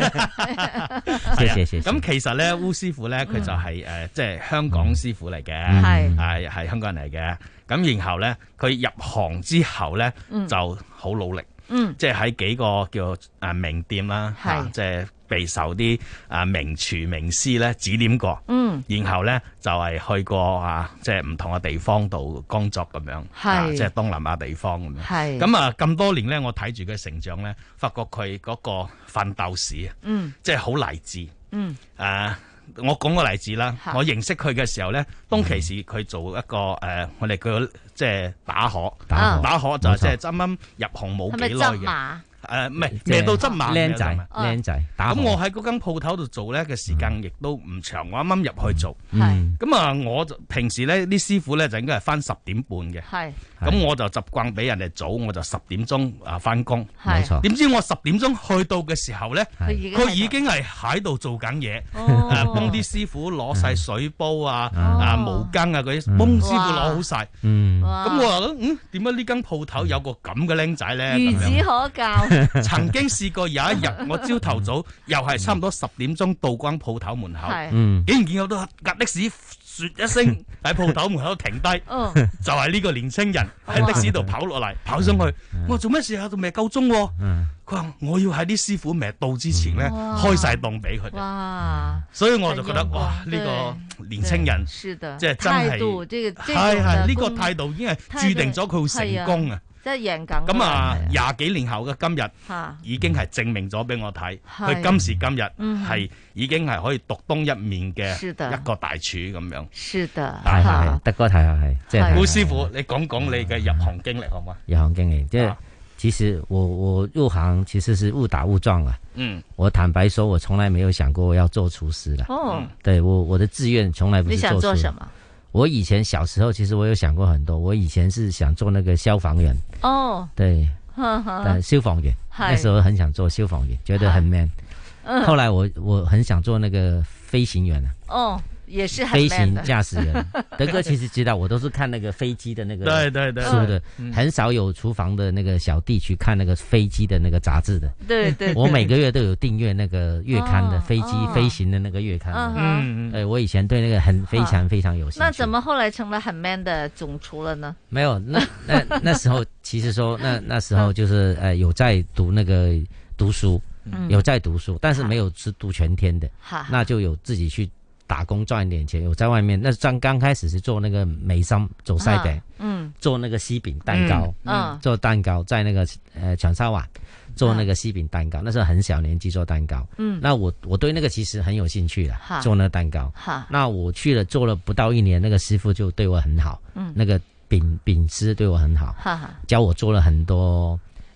謝謝。 咁其實咧，巫師傅咧，佢就係即係香港師傅嚟嘅，係香港人嚟嘅。咁然後咧，佢入行之後咧，就好努力，即係喺幾個叫名店啦，即係備受啲名廚名師咧指點過，然後咧就係去過即係唔同嘅地方度工作咁樣，即係東南亞地方咁樣。咁咁多年咧，我睇住佢成長咧，發覺佢嗰個奮鬥史即係好勵志。我講個例子啦，我認識佢嘅時候咧，當其時佢做一個我哋叫即係打荷就係即係啱啱入行冇幾耐嘅。唔係未到執馬僆仔， 咁我喺嗰間鋪頭度做咧嘅時間亦都唔長，我啱啱入去做，咁我就平時咧啲師傅咧就應該係返10點半嘅，咁我就習慣俾人哋早，我就10點鐘返工， 冇錯。 點知我10點鐘去到嘅時候咧，佢已經係喺度做緊嘢，幫啲師傅攞晒水煲毛巾嗰啲，幫師傅攞好晒，咁我話點解呢間鋪頭有個咁嘅僆仔咧？ 孺子可教。 曾經試過有一日，我朝頭早又係差唔多10點鐘到關鋪頭門口，竟然見到架的士説一聲喺鋪頭門口停低，就係呢個年青人喺的士度跑落嚟，跑上去。我話做咩事啊？仲未夠鐘喎。佢話我要喺啲師傅未到之前咧開晒檔俾佢哋。所以我就覺得哇，呢個年青人即係真係係呢個態度已經係注定咗佢會成功啊！ 即係贏緊。 咁20幾年後嘅今日，已經係證明咗俾我睇，佢今時今日係已經係可以獨當一面嘅一個大廚咁樣。 是的， 係德哥係即係。 巫師傅，你講講你嘅入行經歷好嗎？ 入行經歷即係其實我入行其實是誤打誤撞啊。我坦白說，我從來沒有想過我要做廚師的。對我的志願從來不是做廚師。你想做什麼？我以前小時候，其實我有想過很多。我以前是想做那個消防員。對，但消防員那時候很想做消防員，覺得很 man。後來我很想做那個飛行員啊。 也是很飛行駕駛員。德哥其實知道，我都是看那個飛機的那個書的，很少有廚房的那個小弟去看那個飛機的那個雜誌的。 對， 我每個月都有訂閱那個月刊的飛機飛行的那個月刊的。我以前對那個非常非常有興趣。 那怎麼後來成了很 man 的總廚了呢？ 沒有，那時候其實說那時候就是有在讀那個讀書，有在讀書，但是沒有是讀全天的，那就有自己去打工賺一點錢，有在外面。那剛開始是做那個美心，做西餅，做那個西餅蛋糕，做蛋糕，在那個長沙灣做那個西餅蛋糕。那時候很小年紀做蛋糕，那我對那個其實很有興趣的，做那個蛋糕。那我去了做了不到1年，那個師傅就對我很好，那個餅師對我很好，教我做了很多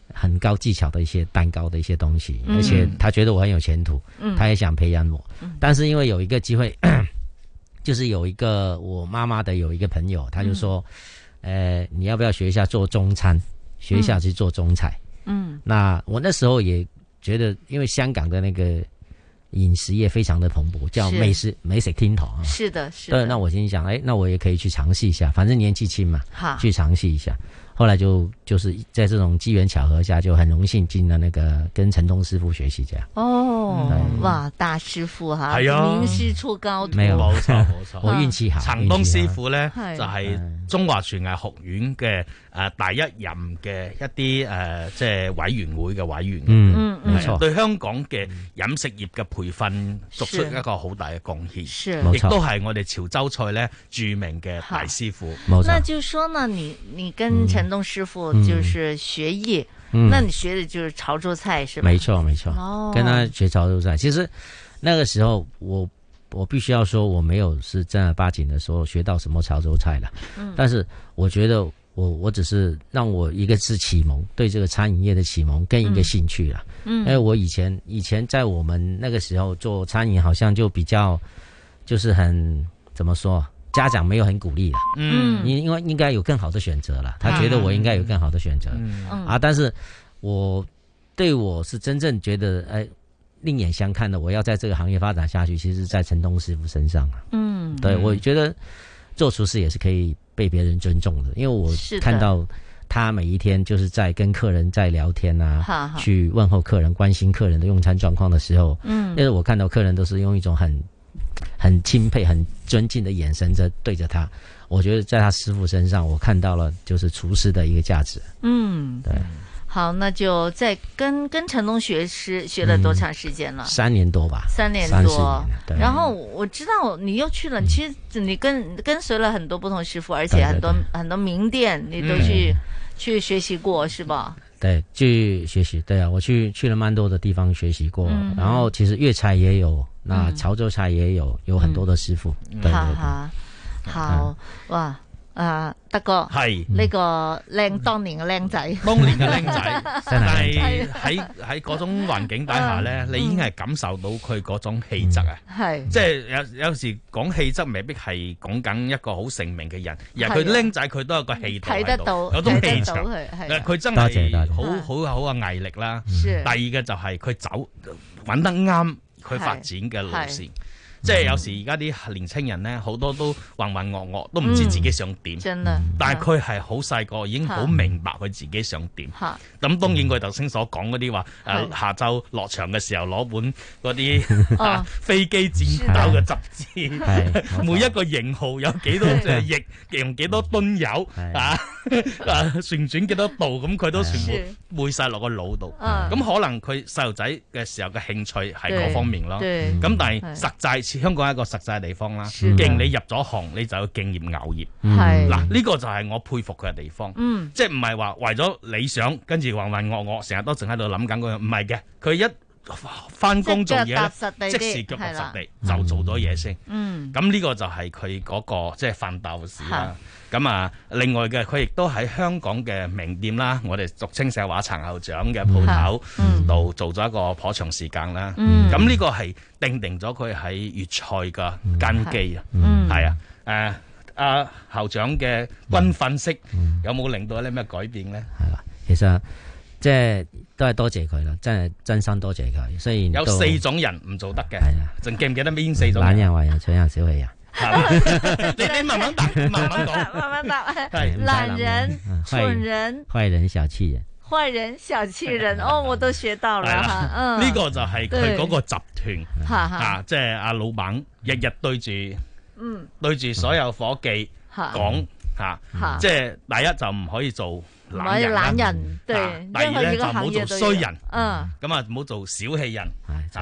很高技巧的一些蛋糕的一些东西，而且他觉得我很有前途，他也想培养我。但是因为有一个机会，就是有一个我妈妈的有一个朋友，他就说，你要不要学一下做中餐，学一下去做中菜？那我那时候也觉得，因为香港的那个饮食业非常的蓬勃，叫美食天堂啊。 是的，是的。 对，那我心想，那我也可以去尝试一下，反正年纪轻嘛，去尝试一下。后来就是在这种机缘巧合下，就很荣幸进了那个跟陈东师傅學習這樣。 哇，大師傅嚇， 係啊， 名師出高徒。 冇錯， 我運氣好。 陳東師傅咧就係中華廚藝學院嘅第一任嘅一啲即係委員會嘅委員。 冇錯， 對香港嘅飲食業嘅培訓作出一個好大嘅貢獻，亦都係我哋潮州菜咧著名嘅大師傅。 冇錯。 那就說呢，你跟陳東師傅就是學藝，那你學的就是潮州菜是吧？ 沒錯沒錯，跟他學潮州菜。其實那個時候我必須要說，我沒有是正兒八經的說學到什麼潮州菜了，但是我覺得我只是讓我一個是啟蒙，對這個餐飲業的啟蒙跟一個興趣了。因為我以前在我們那個時候做餐飲，好像就比較就是很怎麼說，家長沒有很鼓勵了。你因為應該有更好的選擇了，他覺得我應該有更好的選擇但是我是真正覺得另眼相看的，我要在這個行業發展下去，其實在陳東師傅身上對，我覺得做廚師也是可以被別人尊重的，因為我看到他每一天就是在跟客人在聊天去問候客人，關心客人的用餐狀況的時候，因為我看到客人都是用一種很欽佩、很尊敬的眼神對着他，我覺得在他師傅身上，我看到了就是廚師的一個價值。對。 好，那就再跟陳東學了多長時間了 ？3年多吧。 3年多。對。然後我知道你又去了，其實你跟隨了很多不同師傅，而且很多名店你都去學習過，是吧？ 對，去學習。對啊，我去了蠻多的地方學習過，然後其實粵菜也有，那潮州菜也有很多的師傅。對。 好，哇。德哥係呢個當年嘅靚仔， 但係喺嗰種環境底下咧，你已經係感受到佢嗰種氣質啊！係即係有時講氣質，未必係講緊一個好成名嘅人，而係佢靚仔，佢都有個氣度喺度，有種氣場。佢真係好有毅力啦。第二個就係佢揾得啱佢發展嘅路線。即係有時而家啲年青人咧，好多都渾渾噩噩，都唔知自己想點。但係佢係好細個，已經好明白佢自己想點。咁當然佢頭先所講嗰啲話，下晝落場嘅時候攞本嗰啲飛機戰鬥嘅雜誌，每一個型號有幾多隻翼，用幾多噸油旋轉幾多度，咁佢都全部背晒落個腦度。咁可能佢細路仔嘅時候嘅興趣係嗰方面咯。咁但係實際香港係一個實際嘅地方啦，既然你入咗行，你就要敬業熬業。嗱，呢個就係我佩服佢嘅地方。即係唔係話為咗理想，跟住渾渾噩噩，成日都淨喺度諗緊嗰樣，唔係嘅。佢一翻工做嘢咧，即時腳踏實地就做咗嘢先。咁呢個就係佢嗰個即係奮鬥史啦。咁另外嘅佢亦都喺香港嘅名店啦，我哋俗稱石話陳後長嘅鋪頭度做咗一個頗長時間啦。咁呢個係定咗佢喺粵菜嘅根基啊。係阿後長嘅軍訓式有冇令到啲咩改變咧？ 係啦，其實即係都係多謝佢啦，真心多謝佢。雖然有4種人唔做得嘅，仲記唔記得邊4種人？ 懶人、壞人、蠢人、小氣人。 你慢慢答，慢慢講， 慢慢答。懶人、蠢人、 壞人、小氣人。 壞人、小氣人，我都學到啦。 呢個就係佢嗰個集團即係阿老闆日日對住所有伙計講即係第一就唔可以做懶人，第二咧就唔好做衰人，咁唔好做小氣人，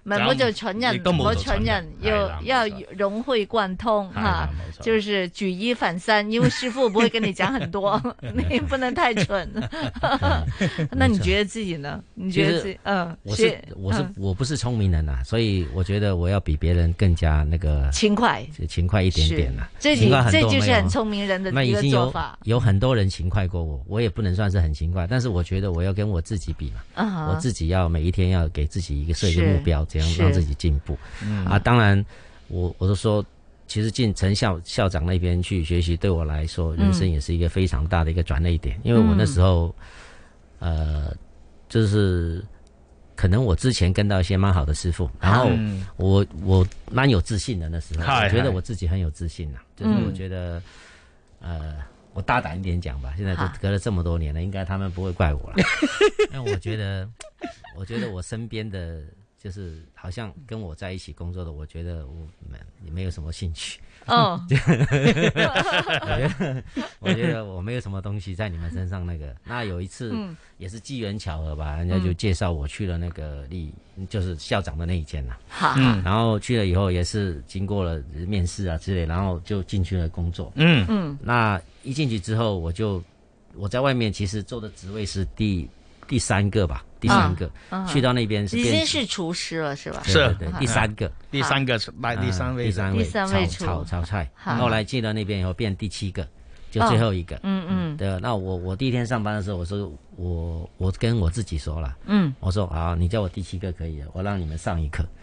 唔係冇做蠢人，冇蠢人，要融會貫通哈，就是舉一反三，因為師傅不會跟你講很多，你不能太蠢。那你覺得自己呢？你覺得自己我不是聰明人啊，所以我覺得我要比別人更加那個勤快一點點啦。這就是很聰明人的一個做法。 有很多人勤快過我也不能算是很勤快，但是我覺得我要跟我自己比嘛，我自己要每一天要給自己設一個目標，這樣讓自己進步。當然我都說，其實進陳校長那邊去學習，對我來說，人生也是一個非常大的一個轉捩點，因為我那時候，就是可能我之前跟到一些蠻好的師傅，然後我蠻有自信的，那時候我覺得我自己很有自信啊，就是我覺得，我大膽一點講吧，現在都隔了這麼多年了，應該他們不會怪我了。因為我覺得我身邊的就是好像跟我在一起工作的，我覺得我沒有什麼興趣。我覺得我沒有什麼東西在你們身上那個。那有一次也是機緣巧合吧，人家就介紹我去了那個就是校長的那一間啦。然後去了以後也是經過了面試啊之類，然後就進去了工作。那一進去之後，我在外面其實做的職位是第三個吧，去到那邊是已經是廚師了，是吧？ 是，對，第三位炒菜。後來進到那邊以後變第7個，就最後一個。對，那我第一天上班的時候，我說我跟我自己說了，我說好，你叫我第7個可以了，我讓你們上一課。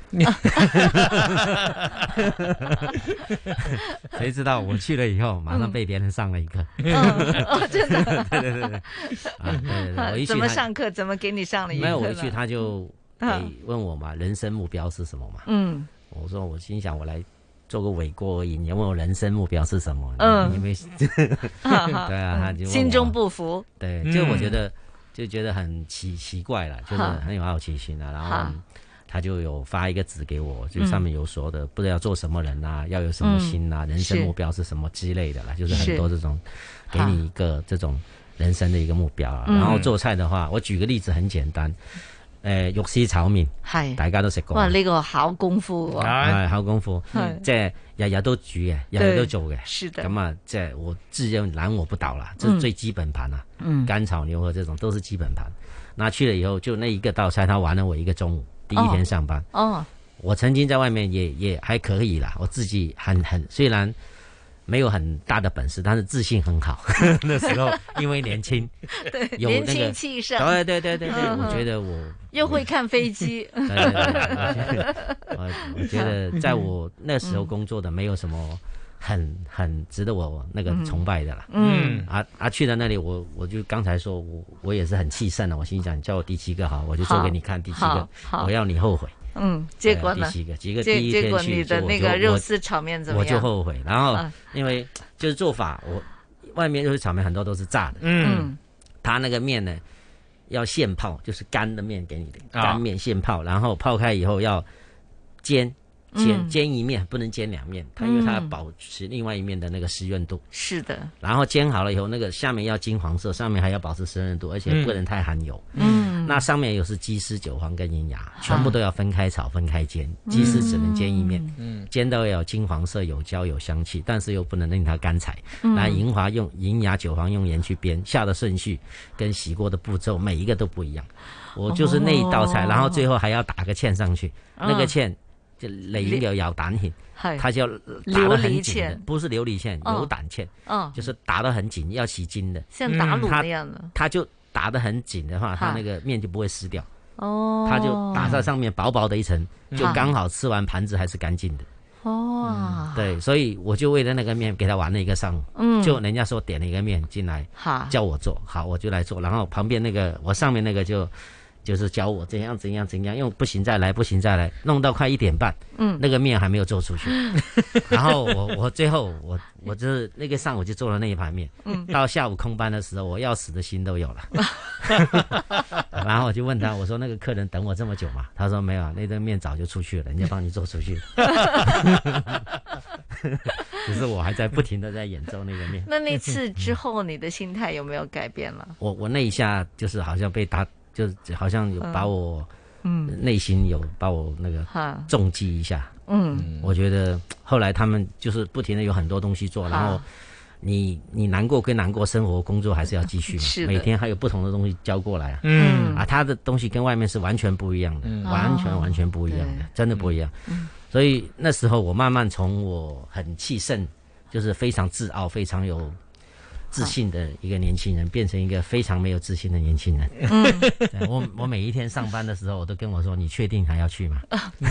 誰知道我去了以後，馬上被別人上了一課。 真的？ 對。我一去， 怎麼上課？怎麼給你上了一課？ 沒有，我一去他就問我嘛，人生目標是什麼嘛？我說我心想我來做個葦過而已，你問我人生目標是什麼？因為對啊，他就心中不服。 對，就我就覺得很奇怪了，就是很有好奇心啊，然後。他就有發一個紙給我，就上面有說的，不知道要做什麼人啊，要有什麼心啊，人生目標是什麼之類的啦，就是很多這種，給你一個這種人生的一個目標啊。然後做菜的話，我舉個例子很簡單，肉絲炒麵，大家都食過。 哇，呢個考功夫喎， 係考功夫，即係日日都煮嘅，日日都做嘅。 是的。 咁啊，即係我自認攔我不倒啦，這是最基本盤啊。乾炒牛河這種都是基本盤。拿去了以後，就那一個道菜，他玩了我一個中午。第一天上班，我曾經在外面也還可以啦，我自己很雖然沒有很大的本事，但是自信很好。那時候因為年輕， 對， 有那個年輕氣盛， 對，我覺得我又會看飛機。 對，我覺得在我那時候工作的沒有什麼很值得我那個崇拜的啦。去到那裡我就剛才說我也是很氣盛了，我心想你叫我第7個好，我就做給你看第7個，我要你後悔。 結果呢？ 第一天去， 你的那個肉絲炒麵怎麼樣？ 我就後悔，然後因為就是做法，我外面肉絲炒麵很多都是炸的，他那個麵呢要現泡，就是乾的麵給你的乾麵現泡，然後泡開以後要煎一面，不能煎2面，因為它要保持另外一面的那個濕潤度。是的。然後煎好了以後，那個下面要金黃色，上面還要保持濕潤度，而且不能太含油。那上面有是雞絲、韭黃跟銀芽，全部都要分開炒、分開煎。雞絲只能煎一面，煎到要有金黃色、有焦、有香氣，但是又不能令它乾柴。那銀芽、韭黃用鹽去煸，下的順序跟洗過的步驟每一個都不一樣。我就是那一道菜，然後最後還要打個芡上去，那個芡。就嚟要有蛋芡，它就打得很緊的，不是琉璃芡，有蛋芡，就是打得很緊，要起筋的， 像打滷那樣的。 它就打得很緊的話，它那個麵就不會濕掉。它就打在上面薄薄的一層，就剛好吃完盤子還是乾淨的。對，所以我就為了那個麵給他玩了一個上午。就人家說點了一個麵進來，叫我做，好我就來做，然後旁邊那個我上面那個就是教我怎樣，因為不行再來，弄到快1點半，那個麵還沒有做出去。然後我最後我就是那個上午就做了那一盤麵，到下午空班的時候，我要死的心都有了。然後我就問他，我說那個客人等我這麼久嘛？他說沒有，那個麵早就出去了，人家幫你做出去了。只是我還在不停的在演奏那個麵。 那次之後，你的心態有沒有改變了？ 我那一下就是好像被打。就好像有把我内心有把我那个重击一下。我觉得后来他们就是不停的有很多东西做，然后你难过归难过，生活工作还是要继续嘛，每天还有不同的东西交过来啊。他的东西跟外面是完全不一样的，完全不一样的，真的不一样。所以那时候我慢慢从我很气盛，就是非常自傲、非常有自信的一个年轻人，变成一个非常没有自信的年轻人。我每一天上班的时候，我都跟我说：“你确定还要去吗？”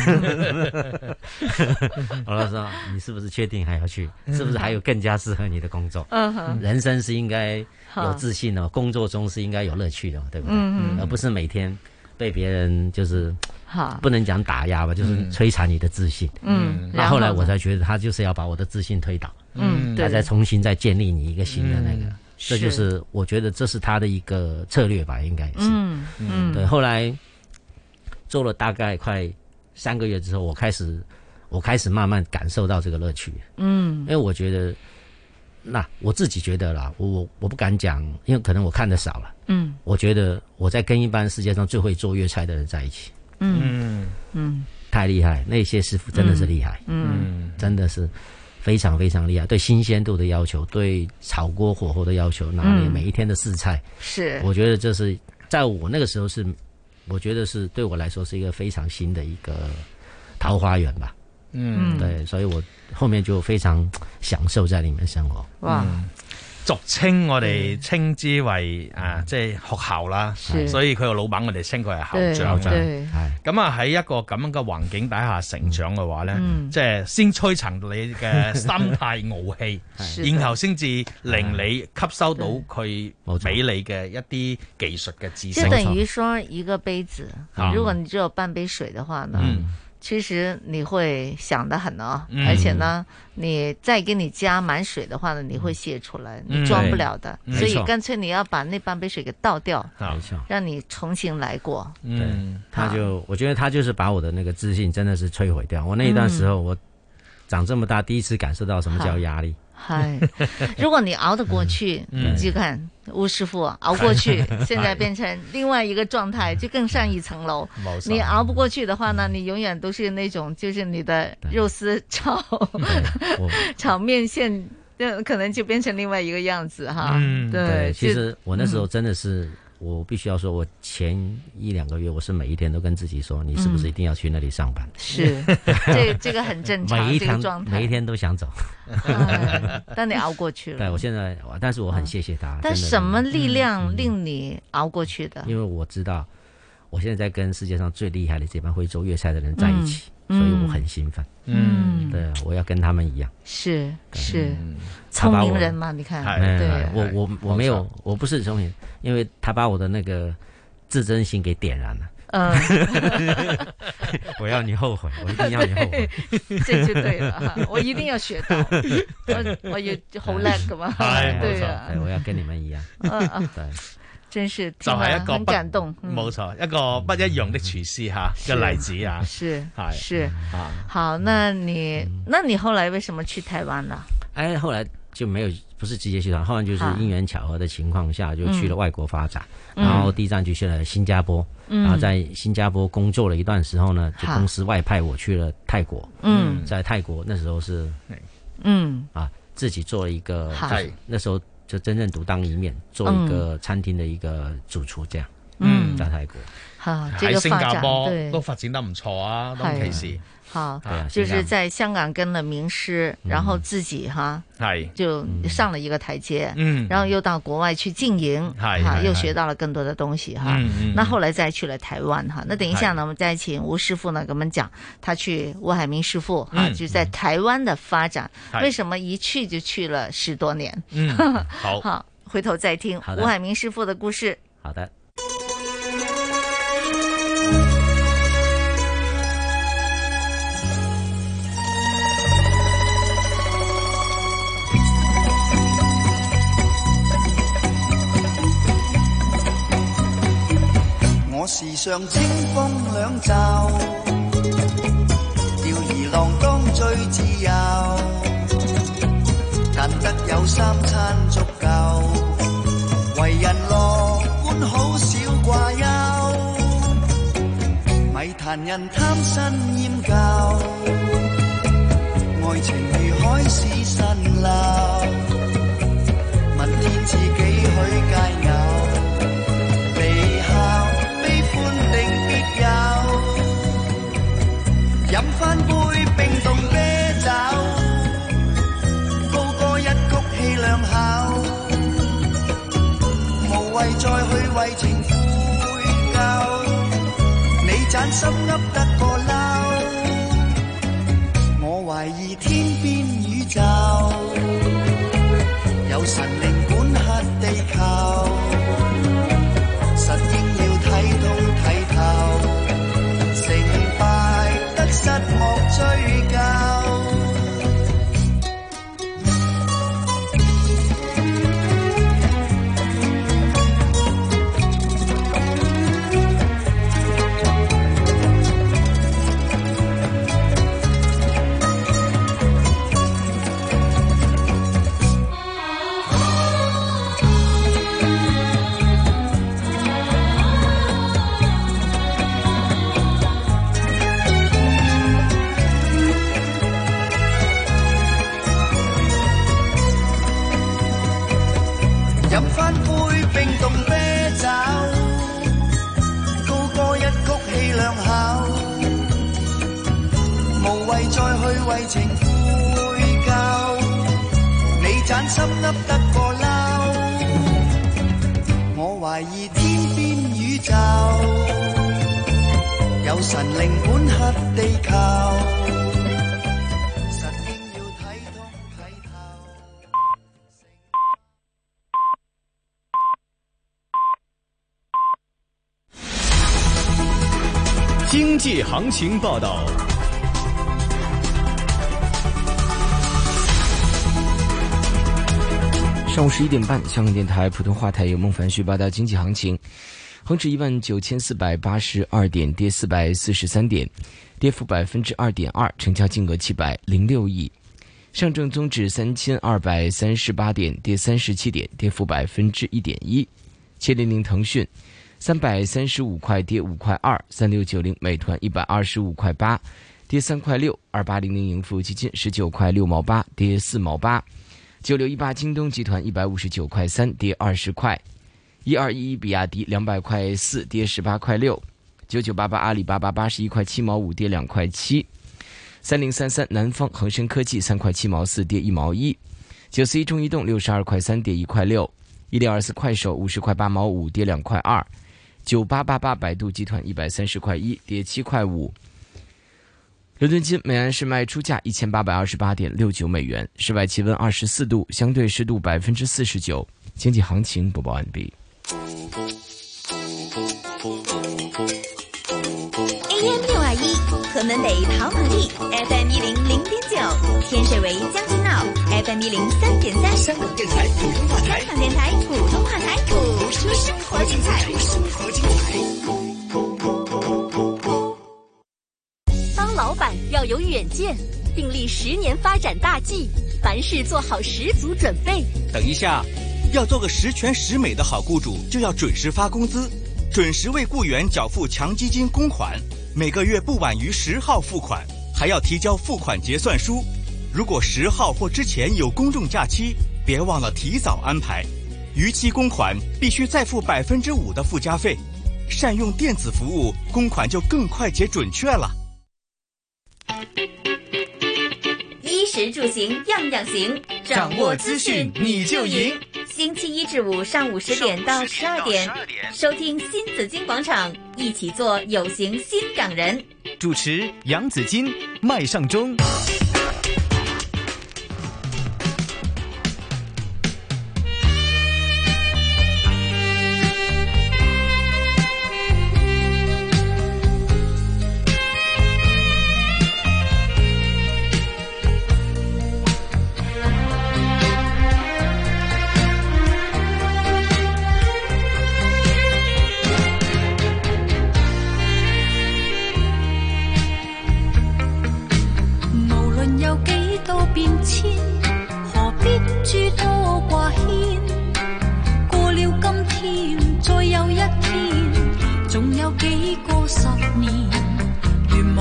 我都说：“你是不是确定还要去？是不是还有更加适合你的工作？人生是应该有自信的，工作中是应该有乐趣的，对不对？而不是每天被别人就是不能讲打压吧，就是摧残你的自信。那后来我才觉得他就是要把我的自信推倒。他再重新再建立你一个新的那个，这就是我觉得这是他的一个策略吧，应该是。对。后来做了大概快3个月之后，我开始慢慢感受到这个乐趣。因为我觉得，那我自己觉得啦，我不敢讲，因为可能我看得少了。我觉得我在跟一般世界上最会做粤菜的人在一起。太厉害，那些师傅真的是厉害。真的是。非常非常厉害，对新鲜度的要求，对炒锅火候的要求，拿捏每一天的试菜， 是我觉得这是在我那个时候是，我觉得是对我来说是一个非常新的一个桃花源吧。对，所以我后面就非常享受在里面生活。 哇！ 俗稱我哋稱之為即係學校啦，所以佢個老闆我哋稱佢係校長。咁啊喺一個咁樣嘅環境底下成長嘅話咧，即係先摧殘你嘅心態傲氣，然後先至令你吸收到佢俾你嘅一啲技術嘅知識。 就等於說一個杯子，如果你只有半杯水的話呢？其實你會想得很哦，而且呢，你再給你加滿水的話呢，你會泄出來，你裝不了的，所以乾脆你要把那半杯水給倒掉，讓你重新來過。 我覺得他就是把我的那個自信真的是摧毀掉。我那一段時候，我長這麼大第一次感受到什麼叫壓力。 如果你熬得過去，你就看吳師傅熬過去，現在變成另外一個狀態，就更上一層樓。你熬不過去的話呢，你永遠都是那種，就是你的肉絲炒麵線，可能就變成另外一個樣子哈。對， 其實我那時候真的是。我必須要說，我前1-2個月，我是每一天都跟自己說，你是不是一定要去那裡上班？ 是，這個很正常，這個狀態。 每一天都想走， 但你熬過去了。 對，我現在，但是我很謝謝他。 但什麼力量令你熬過去的？ 因為我知道，我現在在跟世界上最厲害的這幫會做粵菜的人在一起。所以我很興奮，對，我要跟他們一樣， 是聰明人嘛？你看，對， 我沒有，我不是聰明，因為他把我的那個自尊心給點燃了。我要你後悔，我一定要你後悔， 這就對了，我一定要學到，我要好叻㗎嘛，對啊， 我要跟你們一樣，對。 真是就係一個很感動， 冇錯，一個不一樣的廚師吓嘅例子啊， 是好，那你後來為什麼去台灣了？ 後來就沒有，不是直接去台灣，後來就是因緣巧合的情況下，就去了外國發展，然後第一站就去了新加坡，然後在新加坡工作了一段時候呢，就公司外派我去了泰國，在泰國那時候是，自己做了一個，那時候。就真正獨當一面，做一個餐廳的一個主廚，這樣，在泰國， 喺新加坡都發展得唔錯啊，當其時。 好，就是在香港跟了名師，然後自己就上了一個台階，然後又到國外去經營，又學到了更多的東西哈。那後來再去了台灣哈。那等一下呢，我們再請吳師傅呢，給我們講他去吳海明師傅就在台灣的發展，為什麼一去就去了10多年？好，回頭再聽吳海明師傅的故事。 好的。 我時常清風兩袖，吊兒郎當最自由，但得有3餐足夠，為人樂觀好少掛憂。 殘忍貪新厭舊，愛情如海市蜃樓，問天知幾許佳偶，微笑悲歡定別有，飲翻杯冰凍啤酒，高歌一曲氣兩口，無謂再去為情悔疚，你盞心噏得個嬲，我懷疑天邊宇宙有神靈管轄地球，實應要睇通睇透，成敗得失莫追究。為情悔疚，你盞心噏得個嬲，我懷疑天邊宇宙有神靈管轄地球，實應要睇通睇透。 經濟行情報道。 上午11點半，香港電台普通話台由孟凡旭報道經濟行情。恒指19482點，跌443點，跌幅2.2%，成交金額706億。上證綜指3238點，跌37點，跌幅1.1%。700騰訊335塊，跌5塊2。3690美團125塊8，跌3塊6。2800盈富基金19塊6毛8，跌4毛8。9618京東集團159塊3，跌20塊。1211比亞迪200塊4，跌18塊6。9988阿里巴巴81塊7毛5，跌2塊7。3033南方恒生科技3塊7毛4，跌1毛1。941中移動62塊3，跌1塊6。1624快手50塊8毛5，跌2塊2。9888百度集團130塊1，跌7塊5。伦敦金每安士賣出價1828.69美元，室外氣溫24度，相對濕度49%。經濟行情播報完畢。 AM 621，河門北陶馬地 FM 100.9，天水圍將軍澳 FM 103.3，香港電台普通話台，香港電台普通話台，播出生活精彩，生活精彩。 老板要有遠見，訂立10年發展大計，凡事做好10足準備。 等一下，要做個10全10美的好雇主，就要準時發工資，準時為雇員繳付強基金公款，每個月不晚於10號付款，還要提交付款結算書。如果10號或之前有公眾假期，別忘了提早安排。逾期公款必須再付5%的附加費。善用電子服務，公款就更快捷準確了。 衣食住行樣樣行， 掌握資訊你就贏。 星期1至5上午10點到12點，收聽新紫荊廣場，一起做有型新港人。 主持楊紫荊、麥尚中。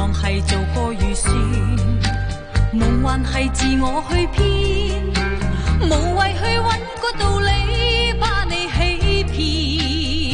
望係做個預算，夢幻係自我去編，無謂去揾個道理把你欺騙。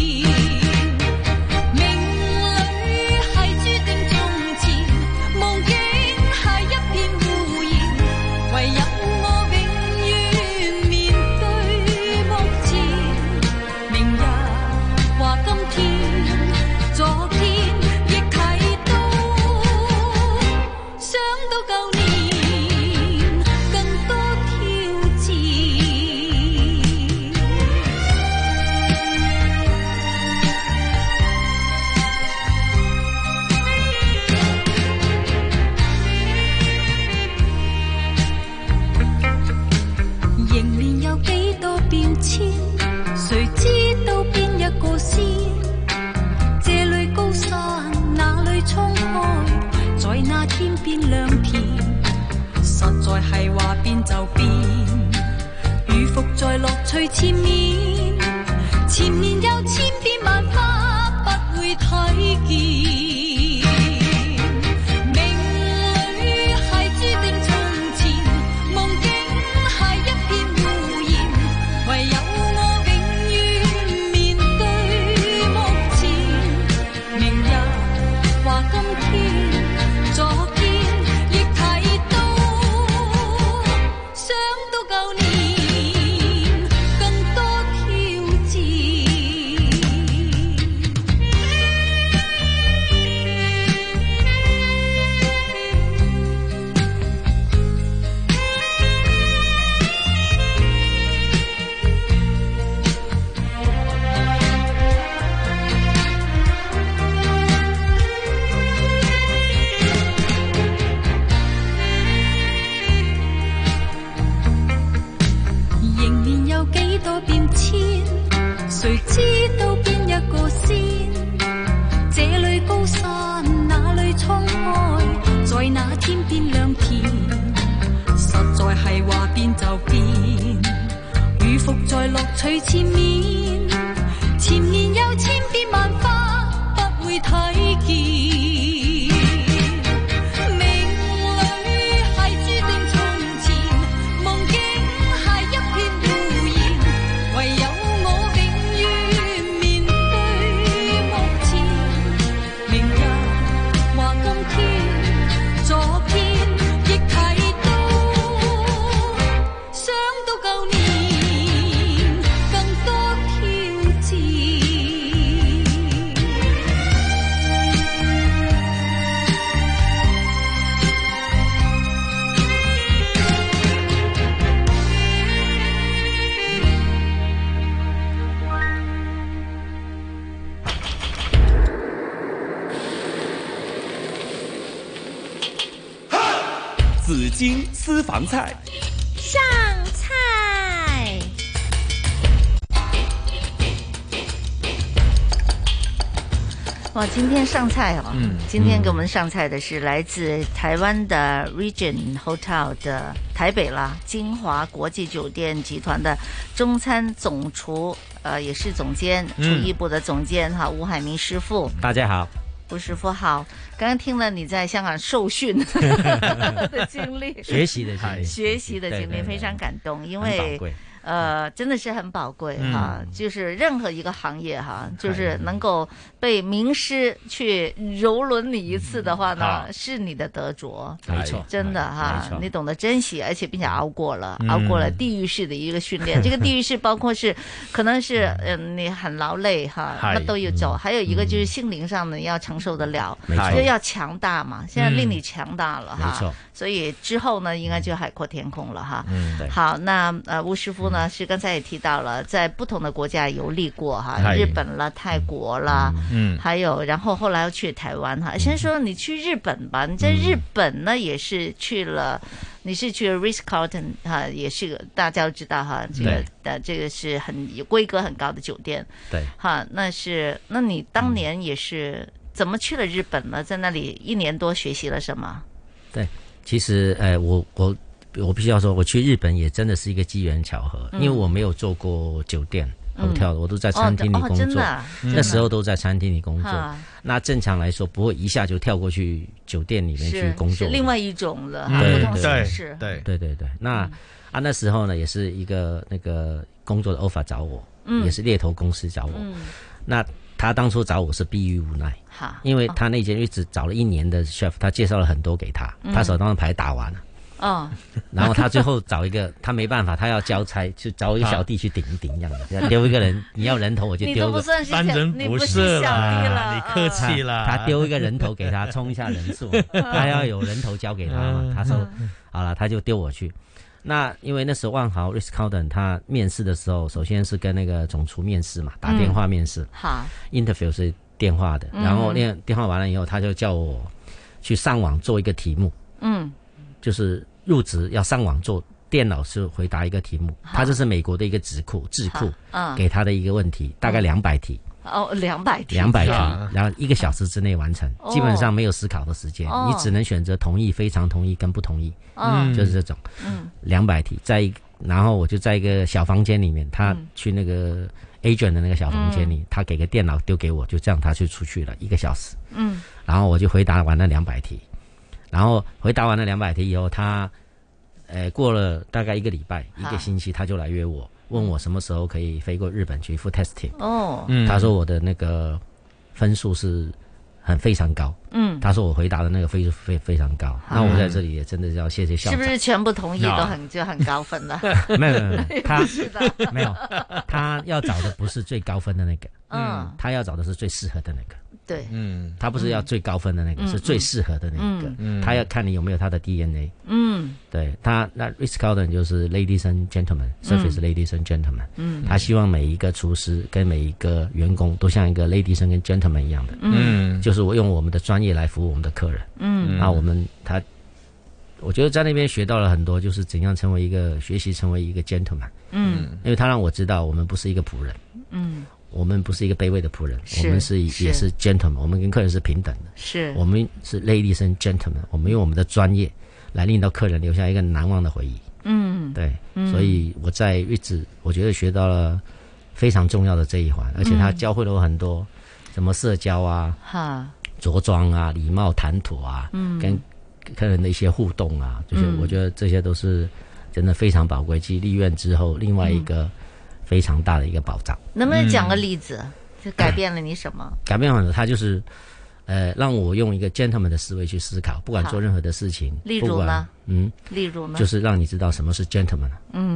誰知道邊一個先？這裏高山，那裏衝開，在那天邊良田，實在係話變就變，如伏在樂趣前面，前面有千變萬化，不會睇見。誰知道邊一個先？這裏高山，那裏衝開，在那天邊良田，實在係話變就變，如伏在樂趣前面，前面有千變萬化，不會睇見。 紫荆私房菜上菜。哇，今天上菜哦！今天给我们上菜的是来自台湾的 Regent Hotel 的台北啦金华国际酒店集团的中餐总厨，也是总监，厨艺部的总监哈，吴海明师傅。 大家好。 吴师傅好，刚刚听了你在香港受训的经历， 学习的经历非常感动，因为真的是很宝贵哈，就是任何一个行业哈，就是能够被名师去蹂躏你一次的话呢，是你的得着， 没错， 真的哈，你懂得珍惜，而且并且熬过了地狱式的一个训练。这个地狱式包括是可能是你很劳累哈，乜都要做，还有一个就是心灵上呢要承受得了，就要强大嘛。现在令你强大了哈，没错。所以之后呢，应该就海阔天空了哈。好，那吴师傅呢是刚才也提到了，在不同的国家游历过哈，日本啦、泰国啦，还有然后后来又去台湾哈。先说你去日本吧，你在日本呢也是去了，你是去了 Ritz-Carlton 哈，也是个大家都知道哈，这个是很规格很高的酒店。对，哈，那你当年也是怎么去了日本呢？在那里1年多学习了什么？ 对。其实，我必须要说，我去日本也真的是一个机缘巧合，因为我没有做过酒店， hotel，我都在餐厅里工作，那时候都在餐厅里工作。那正常来说不会一下就跳过去酒店里面去工作， 是另外一种了， 对不同形式。 对。那时候呢，也是一个那个工作的 offer 找我，也是猎头公司找我。那他当初找我是逼于无奈，因为他那间一直找了1年的 chef， 他介绍了很多给他，他手上的牌打完了。然后他最后找一个，他没办法，他要交差，去找一个小弟去顶一顶，这样的，丢一个人，你要人头我就丢个， 当然不是啦，你客气了， 他丢一个人头给他冲一下人数，他要有人头交给他嘛，他说好了，他就丢我去。那因为那时候万豪 Ritz-Carlton 他面试的时候，首先是跟那个总厨面试嘛，打电话面试，interview 是电话的，然后那电话完了以后，他就叫我去上网做一个题目，就是入职要上网做，电脑是回答一个题目，它这是美国的一个智库给他的一个问题，大概200题。 200题， 然后1个小时之内完成，基本上没有思考的时间，你只能选择同意、非常同意跟不同意，就是这种，200题，然后我就在一个小房间里面，他去那个 agent 的那个小房间里，他给个电脑丢给我，就这样他就出去了1个小时，然后我就回答完了200题，然后回答完了200题以后，他过了大概1个礼拜、1个星期，他就来约我。问我什么时候可以飞过日本去 food testing。他说我的那个分数是非常高。他说我回答的那个非常高。那我在这里也真的要谢谢校长。 是不是全部同意就很高分了？ 没有，他没有，他要找的不是最高分的那个，他要找的是最适合的那个。 对， 他不是要最高分的那个，是最适合的那个。他要看你有没有他的 DNA。对他，那 Ritz-Carlton 就是 ladies and gentlemen，service ladies and gentlemen。他希望每一个厨师跟每一个员工都像一个 ladies and gentlemen 一样的。就是我用我们的专业来服务我们的客人。那我觉得在那边学到了很多，就是怎样学习成为一个 gentleman。因为他让我知道我们不是一个仆人。我们不是一个卑微的仆人，我们也是 gentleman， 我们跟客人是平等的，我们是 ladies and gentlemen， 我们用我们的专业来令到客人留下一个难忘的回忆。对，所以我在日子，我觉得学到了非常重要的这一环，而且他教会了我很多什么社交啊、着装啊、礼貌谈吐啊，跟客人的一些互动啊，就是我觉得这些都是真的非常宝贵。继立院之后，另外一个非常大的一个保障。 能不能讲个例子，就改变了你什么？ 改变了他就是，让我用一个 gentleman 的思维去思考，不管做任何的事情。 例如呢？例如呢？ 就是让你知道什么是 gentleman。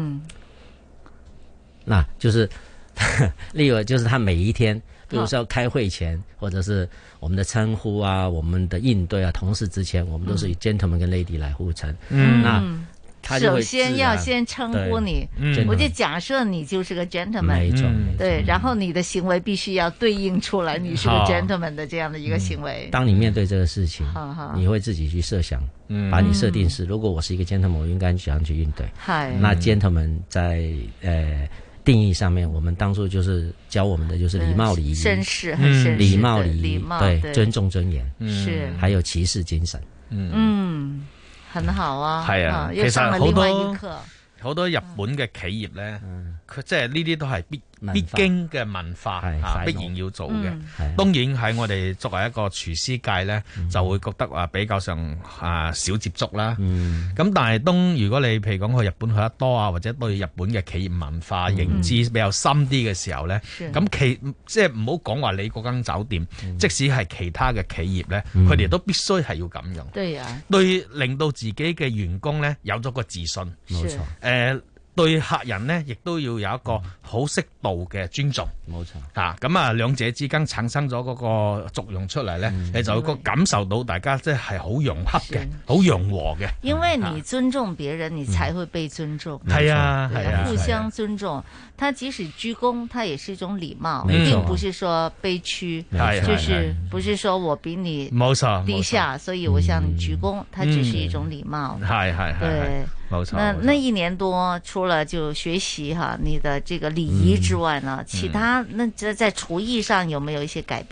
那就是例如就是他每一天，比如说开会前，或者是我们的称呼啊，我们的应对啊，同事之前，我们都是以 gentleman 跟 lady 来互称。那首先要先称呼你，我就假设你就是个 gentleman， 对，然后你的行为必须要对应出来，你是个 gentleman 的这样的一个行为。 当你面对这个事情，你会自己去设想，把你设定是，如果我是一个 gentleman， 我应该怎样去应对。那 gentleman 在定义上面，我们当初就是教我们的就是礼貌礼仪、 绅士、很绅士、 礼貌礼仪，对，尊重尊严， 是， 还有骑士精神。 很好啊， 係啊， 又上了另外一課。 好多日本嘅企業咧，佢即係呢啲都係必經嘅文化必然要做嘅。當然喺我哋作為一個廚師界咧，就會覺得話比較上少接觸啦。咁但係如果你譬如講去日本去得多啊，或者對日本嘅企業文化認知比較深啲嘅時候咧，咁即係唔好講話你嗰間酒店，即使係其他嘅企業咧，佢哋都必須係要咁樣。 對啊， 對，令到自己嘅員工咧有咗個自信。 冇錯。 對客人呢，亦都要有一個好適度嘅尊重。 冇錯。 咁兩者之間產生咗嗰個作用出嚟呢，你就會感受到大家即係好融洽嘅，好融和嘅。 因為你尊重別人，你才會被尊重。 係啊， 互相尊重。他即使鞠躬，他也是一種禮貌，並不是說卑屈，就是不是說我比你低下，所以我向你鞠躬，它只是一種禮貌。對。 冇錯。 那1年多，除了就學習你的這個禮儀之外呢，其他那在廚藝上有沒有一些改變呢？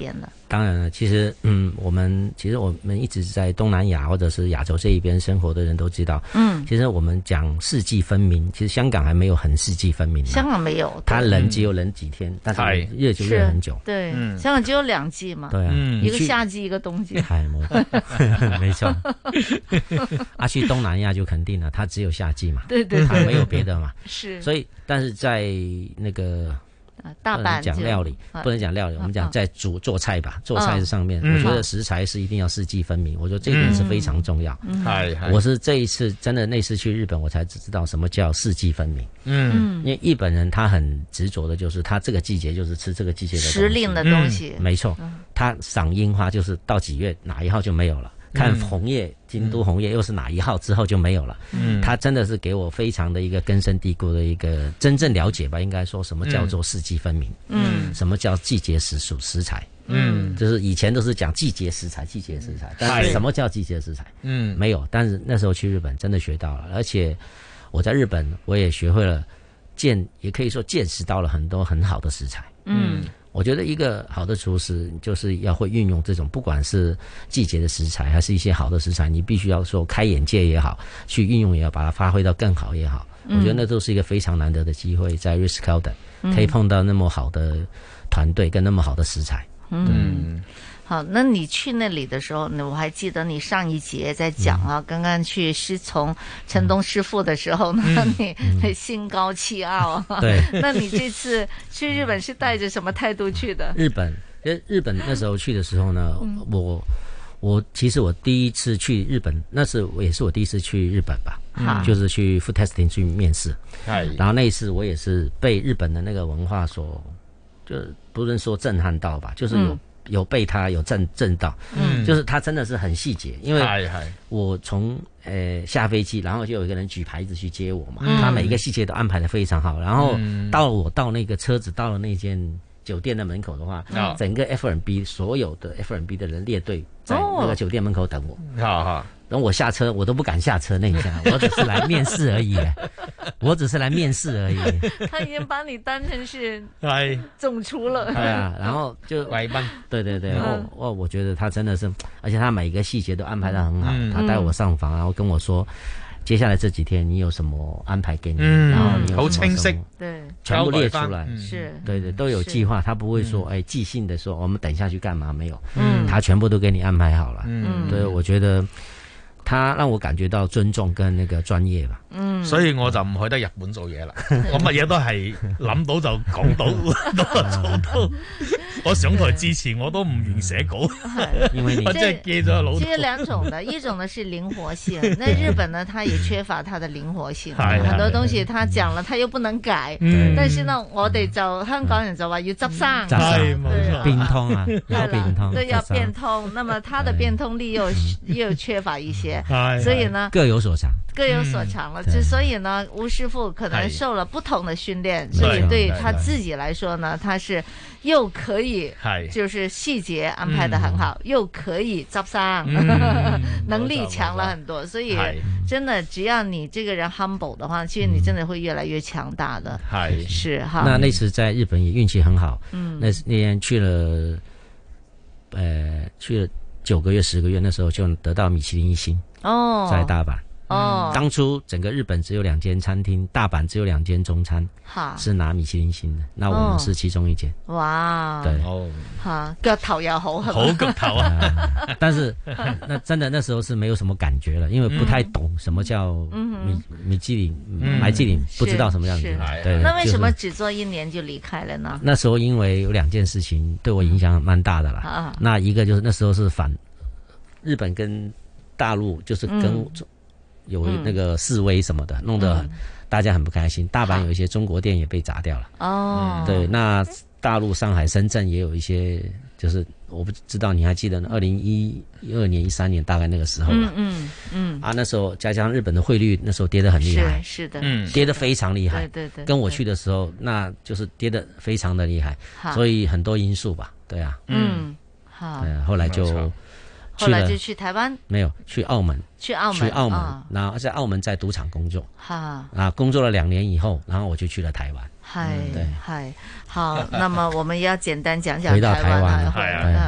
当然了，其实我们一直在东南亚或者是亚洲这一边生活的人都知道，其实我们讲四季分明，其实香港还没有很四季分明。 香港没有， 它冷只有冷几天，但是热就热很久。 对，香港只有2季嘛。 对啊， 一个夏季，一个冬季。 没错。去东南亚就肯定了，它只有夏季嘛。 对， 它没有别的嘛。 是。 所以，但是在那个。 大阪讲料理，不能讲料理，我们讲在做菜吧，做菜上面，我觉得食材是一定要四季分明，我觉得这一点是非常重要。我是这一次真的那次去日本，我才知道什么叫四季分明。因为日本人他很执着的就是他这个季节就是吃这个季节的东西， 时令的东西， 没错。他赏樱花就是到几月哪一号就没有了。看红叶，京都红叶又是哪一号之后就没有了。他真的是给我非常的一个根深蒂固的一个真正了解吧，应该说什么叫做四季分明，什么叫季节食材，就是以前都是讲季节食材，但是什么叫季节食材？没有。但是那时候去日本真的学到了，而且我在日本我也学会了也可以说见识到了很多很好的食材。我觉得一个好的厨师就是要会运用这种不管是季节的食材还是一些好的食材，你必须要说开眼界也好，去运用也好，把它发挥到更好也好。我觉得那都是一个非常难得的机会，在 Ritz-Carlton 可以碰到那么好的团队跟那么好的食材。 好，那你去那里的时候，我还记得你上一节在讲啊，刚刚去师从陈东师傅的时候呢，你心高气傲啊。 对， 那你这次去日本是带着什么态度去的？ 日本那时候去的时候呢，其实我第一次去日本，那是也是我第一次去日本吧，就是去 food testing 去面试。然后那一次我也是被日本的那个文化所，就不能说震撼到吧，就是有被他有震到，就是他真的是很细节，因为我从下飞机，然后就有一个人举牌子去接我嘛，他每一个细节都安排得非常好，然后到那个车子到了那间酒店的门口的话，整个 F&B 所有的 F&B 的人列队在那个酒店门口等我。然后我下车，我都不敢下车那一下，我只是来面试而已。 他已经把你当成是总厨了。 对啊，然后就外班。对，我觉得他真的是，而且他每一个细节都安排得很好。他带我上房，然后跟我说，接下来这几天你有什么安排给你，然后你有好清晰， 对， 全部列出来。 是， 对，都有计划，他不会说即兴的说我们等一下去干嘛，没有，他全部都给你安排好了。对，我觉得。他讓我感覺到尊重跟那個專業吧。 所以我就唔去得日本做嘢啦。我乜嘢都係諗到就講到，做到。我上台之前我都唔願寫稿， 因為我真係記咗老。 其實兩種的，一種呢是靈活性。那日本呢，它也缺乏它的靈活性，很多東西他講了，他又不能改。但是呢，我哋就香港人就話要執生， 變通啊，要變通， 對，要變通。那麼它的變通力又缺乏一些。所以呢， 各有所長了。所以呢，吳師傅可能受了不同的訓練，所以對他自己來說呢，他是又可以就是細節安排得很好，又可以執生，能力強了很多。所以真的，只要你這個人 humble 的話，其實你真的會越來越強大的。是哈。 那次在日本也運氣很好，那年去了9個月10個月，那時候就得到米其林1星。在大阪。當初整個日本只有2間餐廳，大阪只有2間中餐是拿米其林星的，那我們是其中一間。 哇！ 對， 腳頭又好， 好腳頭啊！ 但是那真的那時候是沒有什麼感覺了，因為不太懂什麼叫米其林，不知道什麼樣子。對。 那為什麼只做1年就離開了呢？ 那時候因為有2件事情對我影響蠻大的啦。那一個就是那時候是反日本跟大陸就是跟有那個示威什麼的，弄得大家很不開心。大阪有一些中國店也被砸掉了。對，那大陸上海、深圳也有一些，就是我不知道你還記得呢，2012年、13年大概那個時候吧。那時候加上日本的匯率那時候跌得很厲害， 是的， 跌得非常厲害。 對， 跟我去的時候，那就是跌得非常的厲害，所以很多因素吧。對啊， 好， 後來就。 後來就去台灣， 沒有去澳門，然後在澳門在賭場工作，工作了2年以後，然後我就去了台灣。 對，好，那麼我們要簡單講講回到台灣，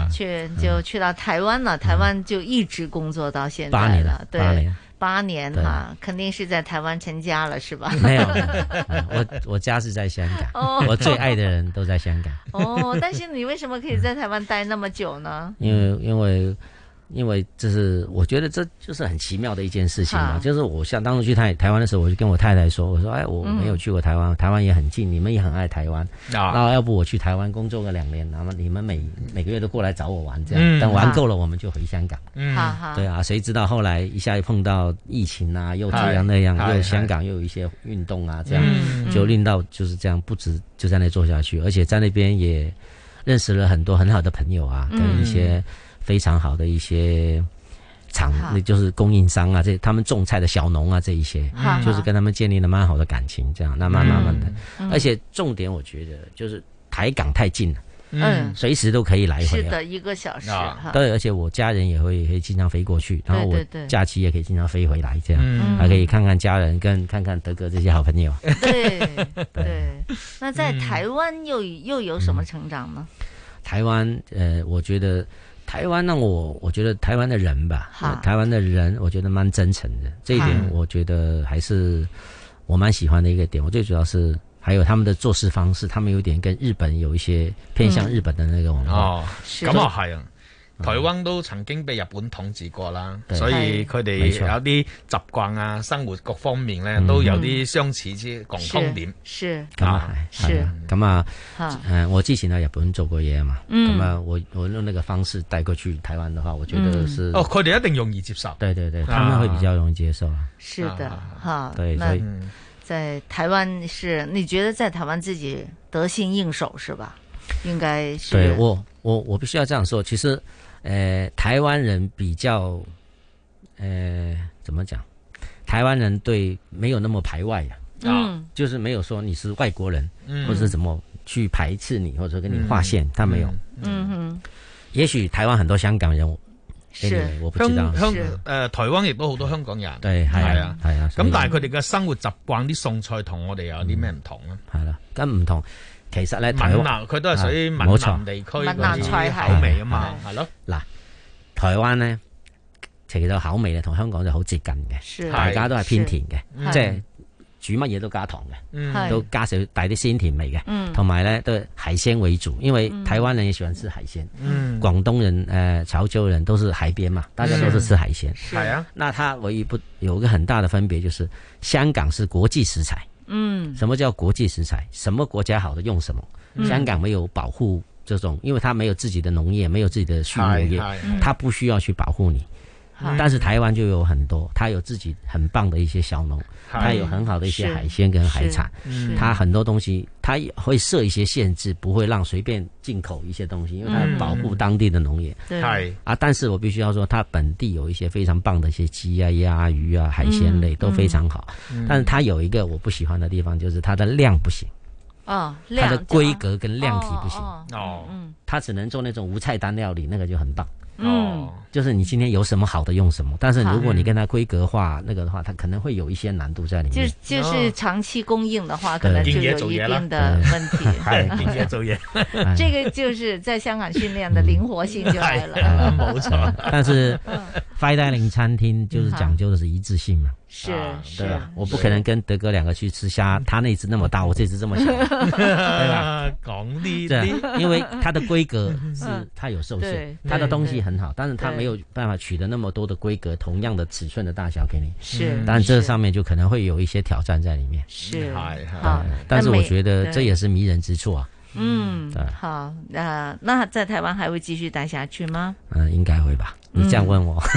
去到台湾了，台湾就一直工作到现在了，对，8年哈，肯定是在台湾成家了是吧？ 没有，我家是在香港，我最爱的人都在香港。 哦，但是你为什么可以在台湾待那么久呢？ 因为这是我觉得这就是很奇妙的一件事情嘛，就是我像当初去台湾的时候，我就跟我太太说，我说哎，我没有去过台湾，台湾也很近，你们也很爱台湾，然后要不我去台湾工作个2年，然后你们每个月都过来找我玩，这样等玩够了我们就回香港。对啊，谁知道后来一下又碰到疫情啊，又这样那样，又香港又有一些运动啊，这样就令到就是这样，不止就在那做下去，而且在那边也认识了很多很好的朋友啊，跟一些非常好的一些就是供应商啊，他们种菜的小农啊，这一些就是跟他们建立了蛮好的感情，这样那慢慢的，而且重点我觉得就是台港太近了，随时都可以来回， 是的，1个小时， 对，而且我家人也会经常飞过去，然后我假期也可以经常飞回来，这样还可以看看家人，跟看看德哥这些好朋友。 对，那在台湾又有什么成长呢？ 台湾我觉得台湾呢，我觉得台湾的人吧，台湾的人我觉得蛮真诚的，这一点我觉得还是我蛮喜欢的一个点。我最主要是还有他们的做事方式，他们有点跟日本有一些偏向日本的那个文化。 咁啊係啊。台灣都曾經被日本統治過啦，所以佢哋有啲習慣啊、生活各方面咧都有啲相似之共通點。 是咁啊，我之前喺日本做過嘢嘛，咁啊，我用那個方式帶過去台灣的話，我覺得是佢哋一定容易接受。 對，他們會比較容易接受。 是的，哈， 對，所以在台灣你覺得在台灣自己得心應手是吧？應該是。 對，我必須要這樣說，其實。台灣人比較怎麼講？台灣人對沒有那麼排外就是沒有說你是外國人，或者怎麼去排斥你，或者跟你劃線，他沒有。也許台灣很多香港人，我不知道。 台灣亦都好多香港人。 對，係啊。 咁但係佢哋嘅生活習慣啲餸菜同我哋有啲咩唔同咧？ 係啦，咁唔同。其實咧， 閩南佢都係屬於閩南地區嗰啲口味啊嘛，係咯。 嗱，台灣咧，其實口味咧同香港就好接近嘅，大家都係偏甜嘅，即係煮乜嘢都加糖嘅，都加少帶啲鮮甜味嘅，同埋咧都係海鮮為主，因為台灣人也喜歡吃海鮮，廣東人、潮州人都是海邊嘛，大家都是吃海鮮。 係啊， 那它唯一有一個很大的分別就是香港是國際食材。什麼叫國際食材？什麼國家好的用什麼？香港沒有保護這種，因為它沒有自己的農業，沒有自己的畜牧業，它不需要去保護你。但是台灣就有很多，它有自己很棒的一些小農，它有很好的一些海鮮跟海產，它很多東西它會設一些限制，不會讓隨便進口一些東西，因為它保護當地的農業。但是我必須要說，它本地有一些非常棒的一些雞啊、鴨、魚啊、海鮮類都非常好。但是它有一個我不喜歡的地方，就是它的量不行。它的規格跟量體不行。它只能做那種無菜單料理，那個就很棒。就是你今天有什麼好的用什麼，但是如果你跟它規格化那個的話，它可能會有一些難度在裏面。 就是長期供應的話，可能就有一定的問題。這個就是在香港訓練的靈活性就來了。 冇錯。但是fine dining餐廳就是講究的是一致性嘛。 是， 對吧？我不可能跟德哥兩個去吃蝦，他那隻那麼大，我這隻這麼小，對吧？ 講呢啲，因為它的規格是它有受限，它的東西很好，但是它沒有辦法取得那麼多的規格，同樣的尺寸的大小給你。 是， 但這上面就可能會有一些挑戰在裡面。 是， 但是我覺得這也是迷人之處啊。 好，那在台灣還會繼續待下去嗎？ 應該會吧。你這樣問我，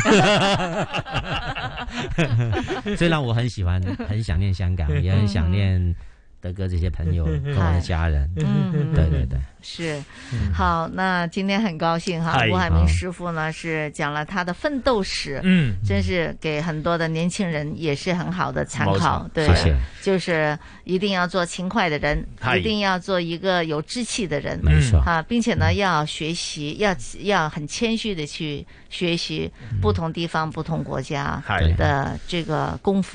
雖然我很喜歡，很想念香港，也很想念德哥這些朋友跟我的家人。對， 是。好，那今天很高興哈，吳海明師傅呢是講了他的奮鬥史，真是給很多的年輕人也是很好的參考。對，就是一定要做勤快的人，一定要做一個有志氣的人， 沒錯啊，並且呢要學習，要很謙虛的去學習不同地方、不同國家的這個功夫。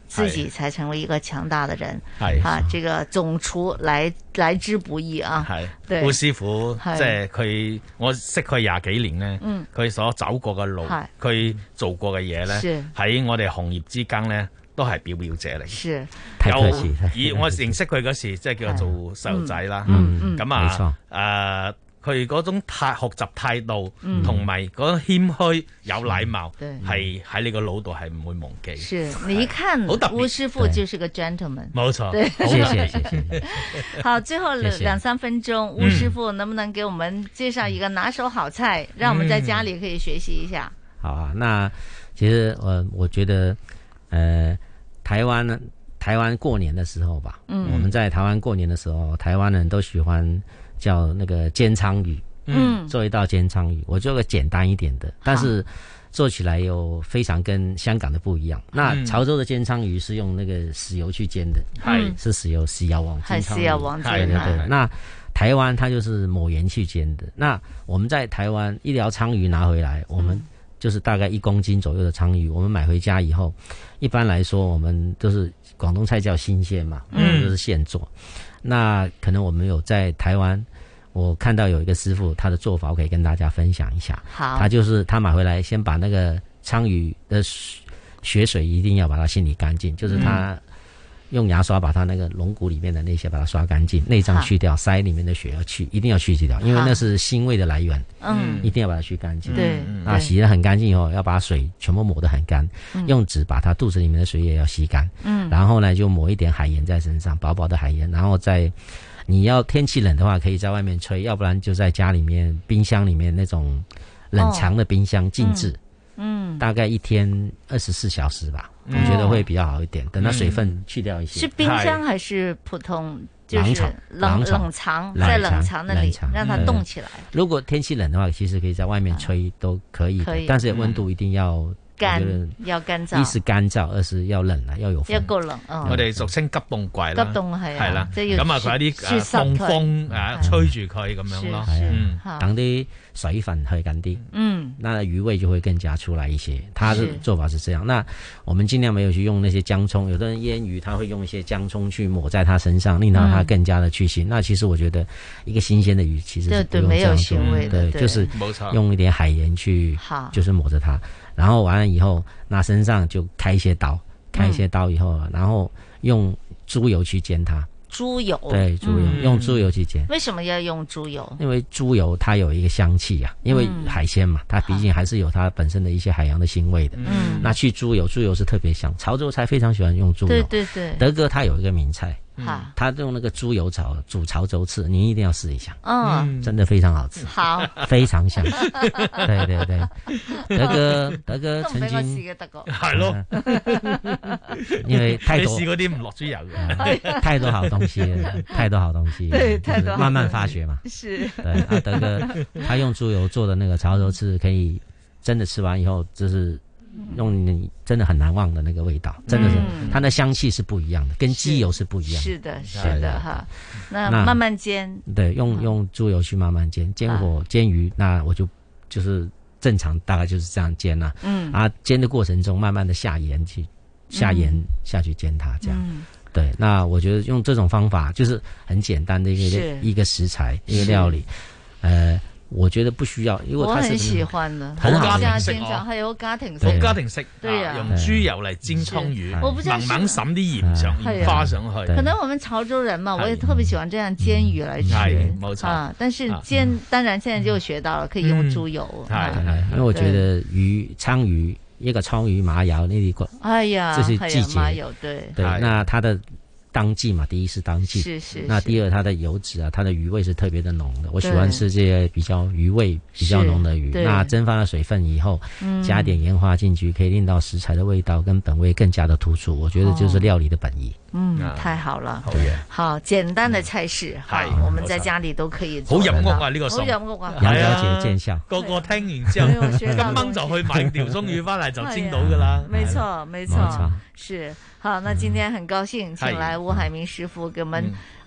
自己才成為一個強大的人。係啊，這個總廚來之不易啊。係， 顧師傅即係佢，我識佢廿幾年咧，佢所走過嘅路，佢做過嘅嘢咧，喺我哋行業之間咧，都係表表者嚟。 是， 以我認識佢嗰時，即係叫做細路仔啦。咁啊，佢嗰種學習態度同埋嗰種謙虛有禮貌，係喺你個腦度係唔會忘記。 是，你一看吳師傅就是個 gentleman。 冇錯， 對， 謝謝。 好，最後2-3分鐘，吳師傅能不能給我們介紹一個拿手好菜，讓我們在家裏可以學習一下？ 好啊，那其實我覺得，台灣過年的時候吧，我們在台灣過年的時候，台灣人都喜歡叫那個煎鯧魚，做一道煎鯧魚，我做個簡單一點的，但是做起來又非常跟香港的不一樣。那潮州的煎鯧魚是用那個豉油去煎的，是豉油王煎鯧魚， 豉油王煎的。 對。那台灣它就是抹鹽去煎的。那我們在台灣一條鯧魚拿回來，我們就是大概1公斤左右的鯧魚，我們買回家以後，一般來說我們都是廣東菜叫新鮮嘛，就是現做。那可能我們有在台灣，我看到有一個師傅，他的做法我可以跟大家分享一下。好，他就是他買回來先把那個鯧魚的血水一定要把它清理乾淨，就是他用牙刷把它那個龍骨裡面的那些把它刷乾淨，內臟去掉，腮裡面的血要去，一定要去掉，因為那是腥味的來源。一定要把它去乾淨。 對， 那洗得很乾淨以後，要把水全部抹得很乾，用紙把它肚子裡面的水也要吸乾。然後呢就抹一點海鹽在身上，薄薄的海鹽，然後再你要天氣冷的話，可以在外面吹，要不然就在家裡面冰箱裡面那種冷藏的冰箱靜置。大概1天24小時吧，我覺得會比較好一點。等它水分去掉一些。是冰箱還是普通？就是冷藏，在冷藏那裡讓它凍起來。 如果天氣冷的話，其實可以在外面吹都可以，但是溫度一定要要乾燥。 一是乾燥，二是要冷啦，要有風。 要夠冷。 我哋俗稱急凍櫃啦。 急凍係啦，咁啊佢有啲風啊吹住佢咁樣咯。 等啲水分去緊啲，那魚味就會更加出來一些。它的做法是這樣。那我們盡量沒有去用那些薑蔥，有的人醃魚他會用一些薑蔥去抹在它身上，令到它更加的去腥。那其實我覺得一個新鮮的魚其實是不用這樣做，對，就是用一點海鹽去，就是抹着它。然後完了以後，拿身上就開一些刀以後，然後用豬油去煎它。 豬油， 對，豬油，用豬油去煎。 為什麼要用豬油？ 因為豬油它有一個香氣啊，因為海鮮嘛，它畢竟還是有它本身的一些海洋的腥味的。那去豬油是特別香，潮州菜非常喜歡用豬油。 對。 德哥他有一個名菜。他用那個豬油煮潮州翅，你一定要試一下。真的非常好吃。好，非常香。對。德哥曾經係咯， 因為太多。 你試嗰啲唔落豬油嘅， 太多好東西了，太多好東西。 對，太多。 慢慢發掘嘛。 是。 對，德哥他用豬油做的那個潮州翅，可以真的吃完以後就是。用你真的很難忘的那個味道，真的是它的香氣是不一樣的，跟雞油是不一樣的。 是的哈。那慢慢煎。對， 用豬油去慢慢煎，煎魚，那我就是正常大概就是這樣煎啦。煎的過程中慢慢的下鹽下去煎它，這樣。對，那我覺得用這種方法就是很簡單的一個食材一個料理，我覺得不需要，因為我很喜歡的， 好家庭式係好家庭式， 好家庭式， 對啊， 用豬油嚟煎鯧魚，慢慢撒啲鹽上去，花上去。 可能我們潮州人嘛，我也特別喜歡這樣煎魚來吃， 冇錯。 但是當然現在就學到了，可以用豬油。 因為我覺得鯧魚一個鯧魚馬油呢啲，這是季節， 馬油對， 那它的。當季嘛，第一是當季，是。那第二，它的油脂啊，它的魚味是特別的濃的。我喜歡吃這些比較魚味比較濃的魚。那蒸發了水分以後，加點鹽花進去，可以令到食材的味道跟本味更加的突出。我覺得就是料理的本意。 太好了， 好嘢， 好簡單的菜式，好，我們在家裏都可以做。 好入屋啊！呢個餸好入屋啊！ 了解見效。 個個聽完之後，今晚就去買條鯧魚翻嚟就煎到噶啦。 沒錯，沒錯，是。好，那今天很高興請來吳海明師傅給我們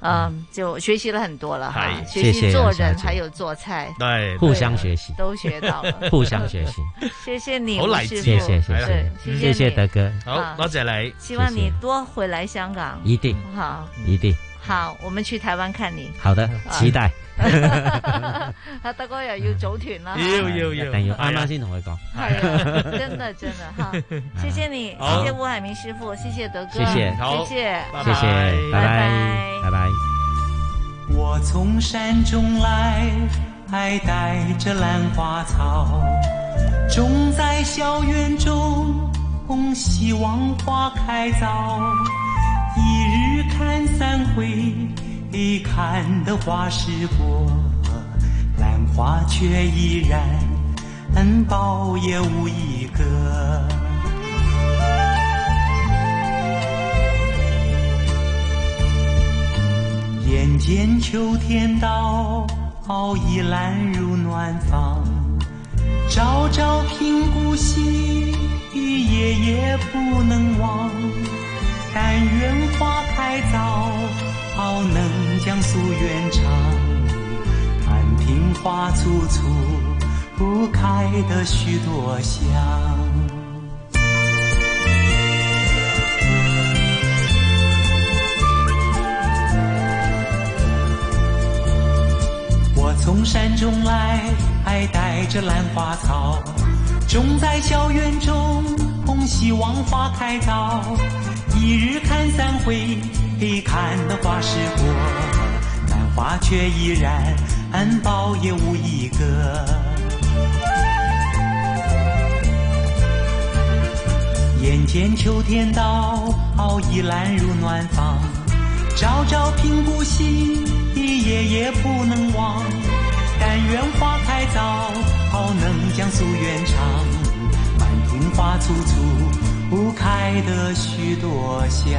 就学习了很多了哈， 学习做人还有做菜， 对， 互相学习， 都学到了， 互相学习。 谢谢你， 好勵志， 謝謝德哥， 好，多謝你， 希望你多回來香港， 一定好， 一定好，我們去台灣看你， 好的，期待。 阿德哥又要組團啦， 要， 一定要，啱啱先同佢講， 係啊，真的哈，謝謝你，謝謝吳海明師傅，謝謝德哥， 謝謝，謝謝，拜拜，拜拜。 我從山中來，還帶着蘭花草，種在校園中，希望花開早。一日看三回，看得花時過，蘭花卻依然苞也無一個。眼見秋天到，已攬入暖房，朝朝評估惜，夜夜不能忘。但願花開早，能將夙願償。看庭花簇簇，不開得許多香。我從山中來，還帶着蘭花草，種在校園中，希望花開早。一日看三回，看得花時過，蘭花卻依然苞也無一個。眼見秋天到，已攬入暖房，朝朝評估惜，夜夜不能忘。但願花開早，能將夙願償。滿庭花簇簇，不開得許多香。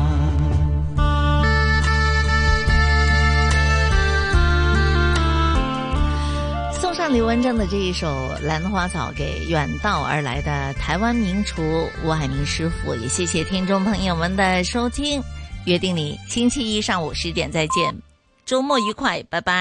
送上劉文正的這一首《蘭花草》給遠道而來的台灣名廚吳海明師傅，也謝謝聽眾朋友們的收聽，約定你星期一上午10點再見，周末愉快，拜拜。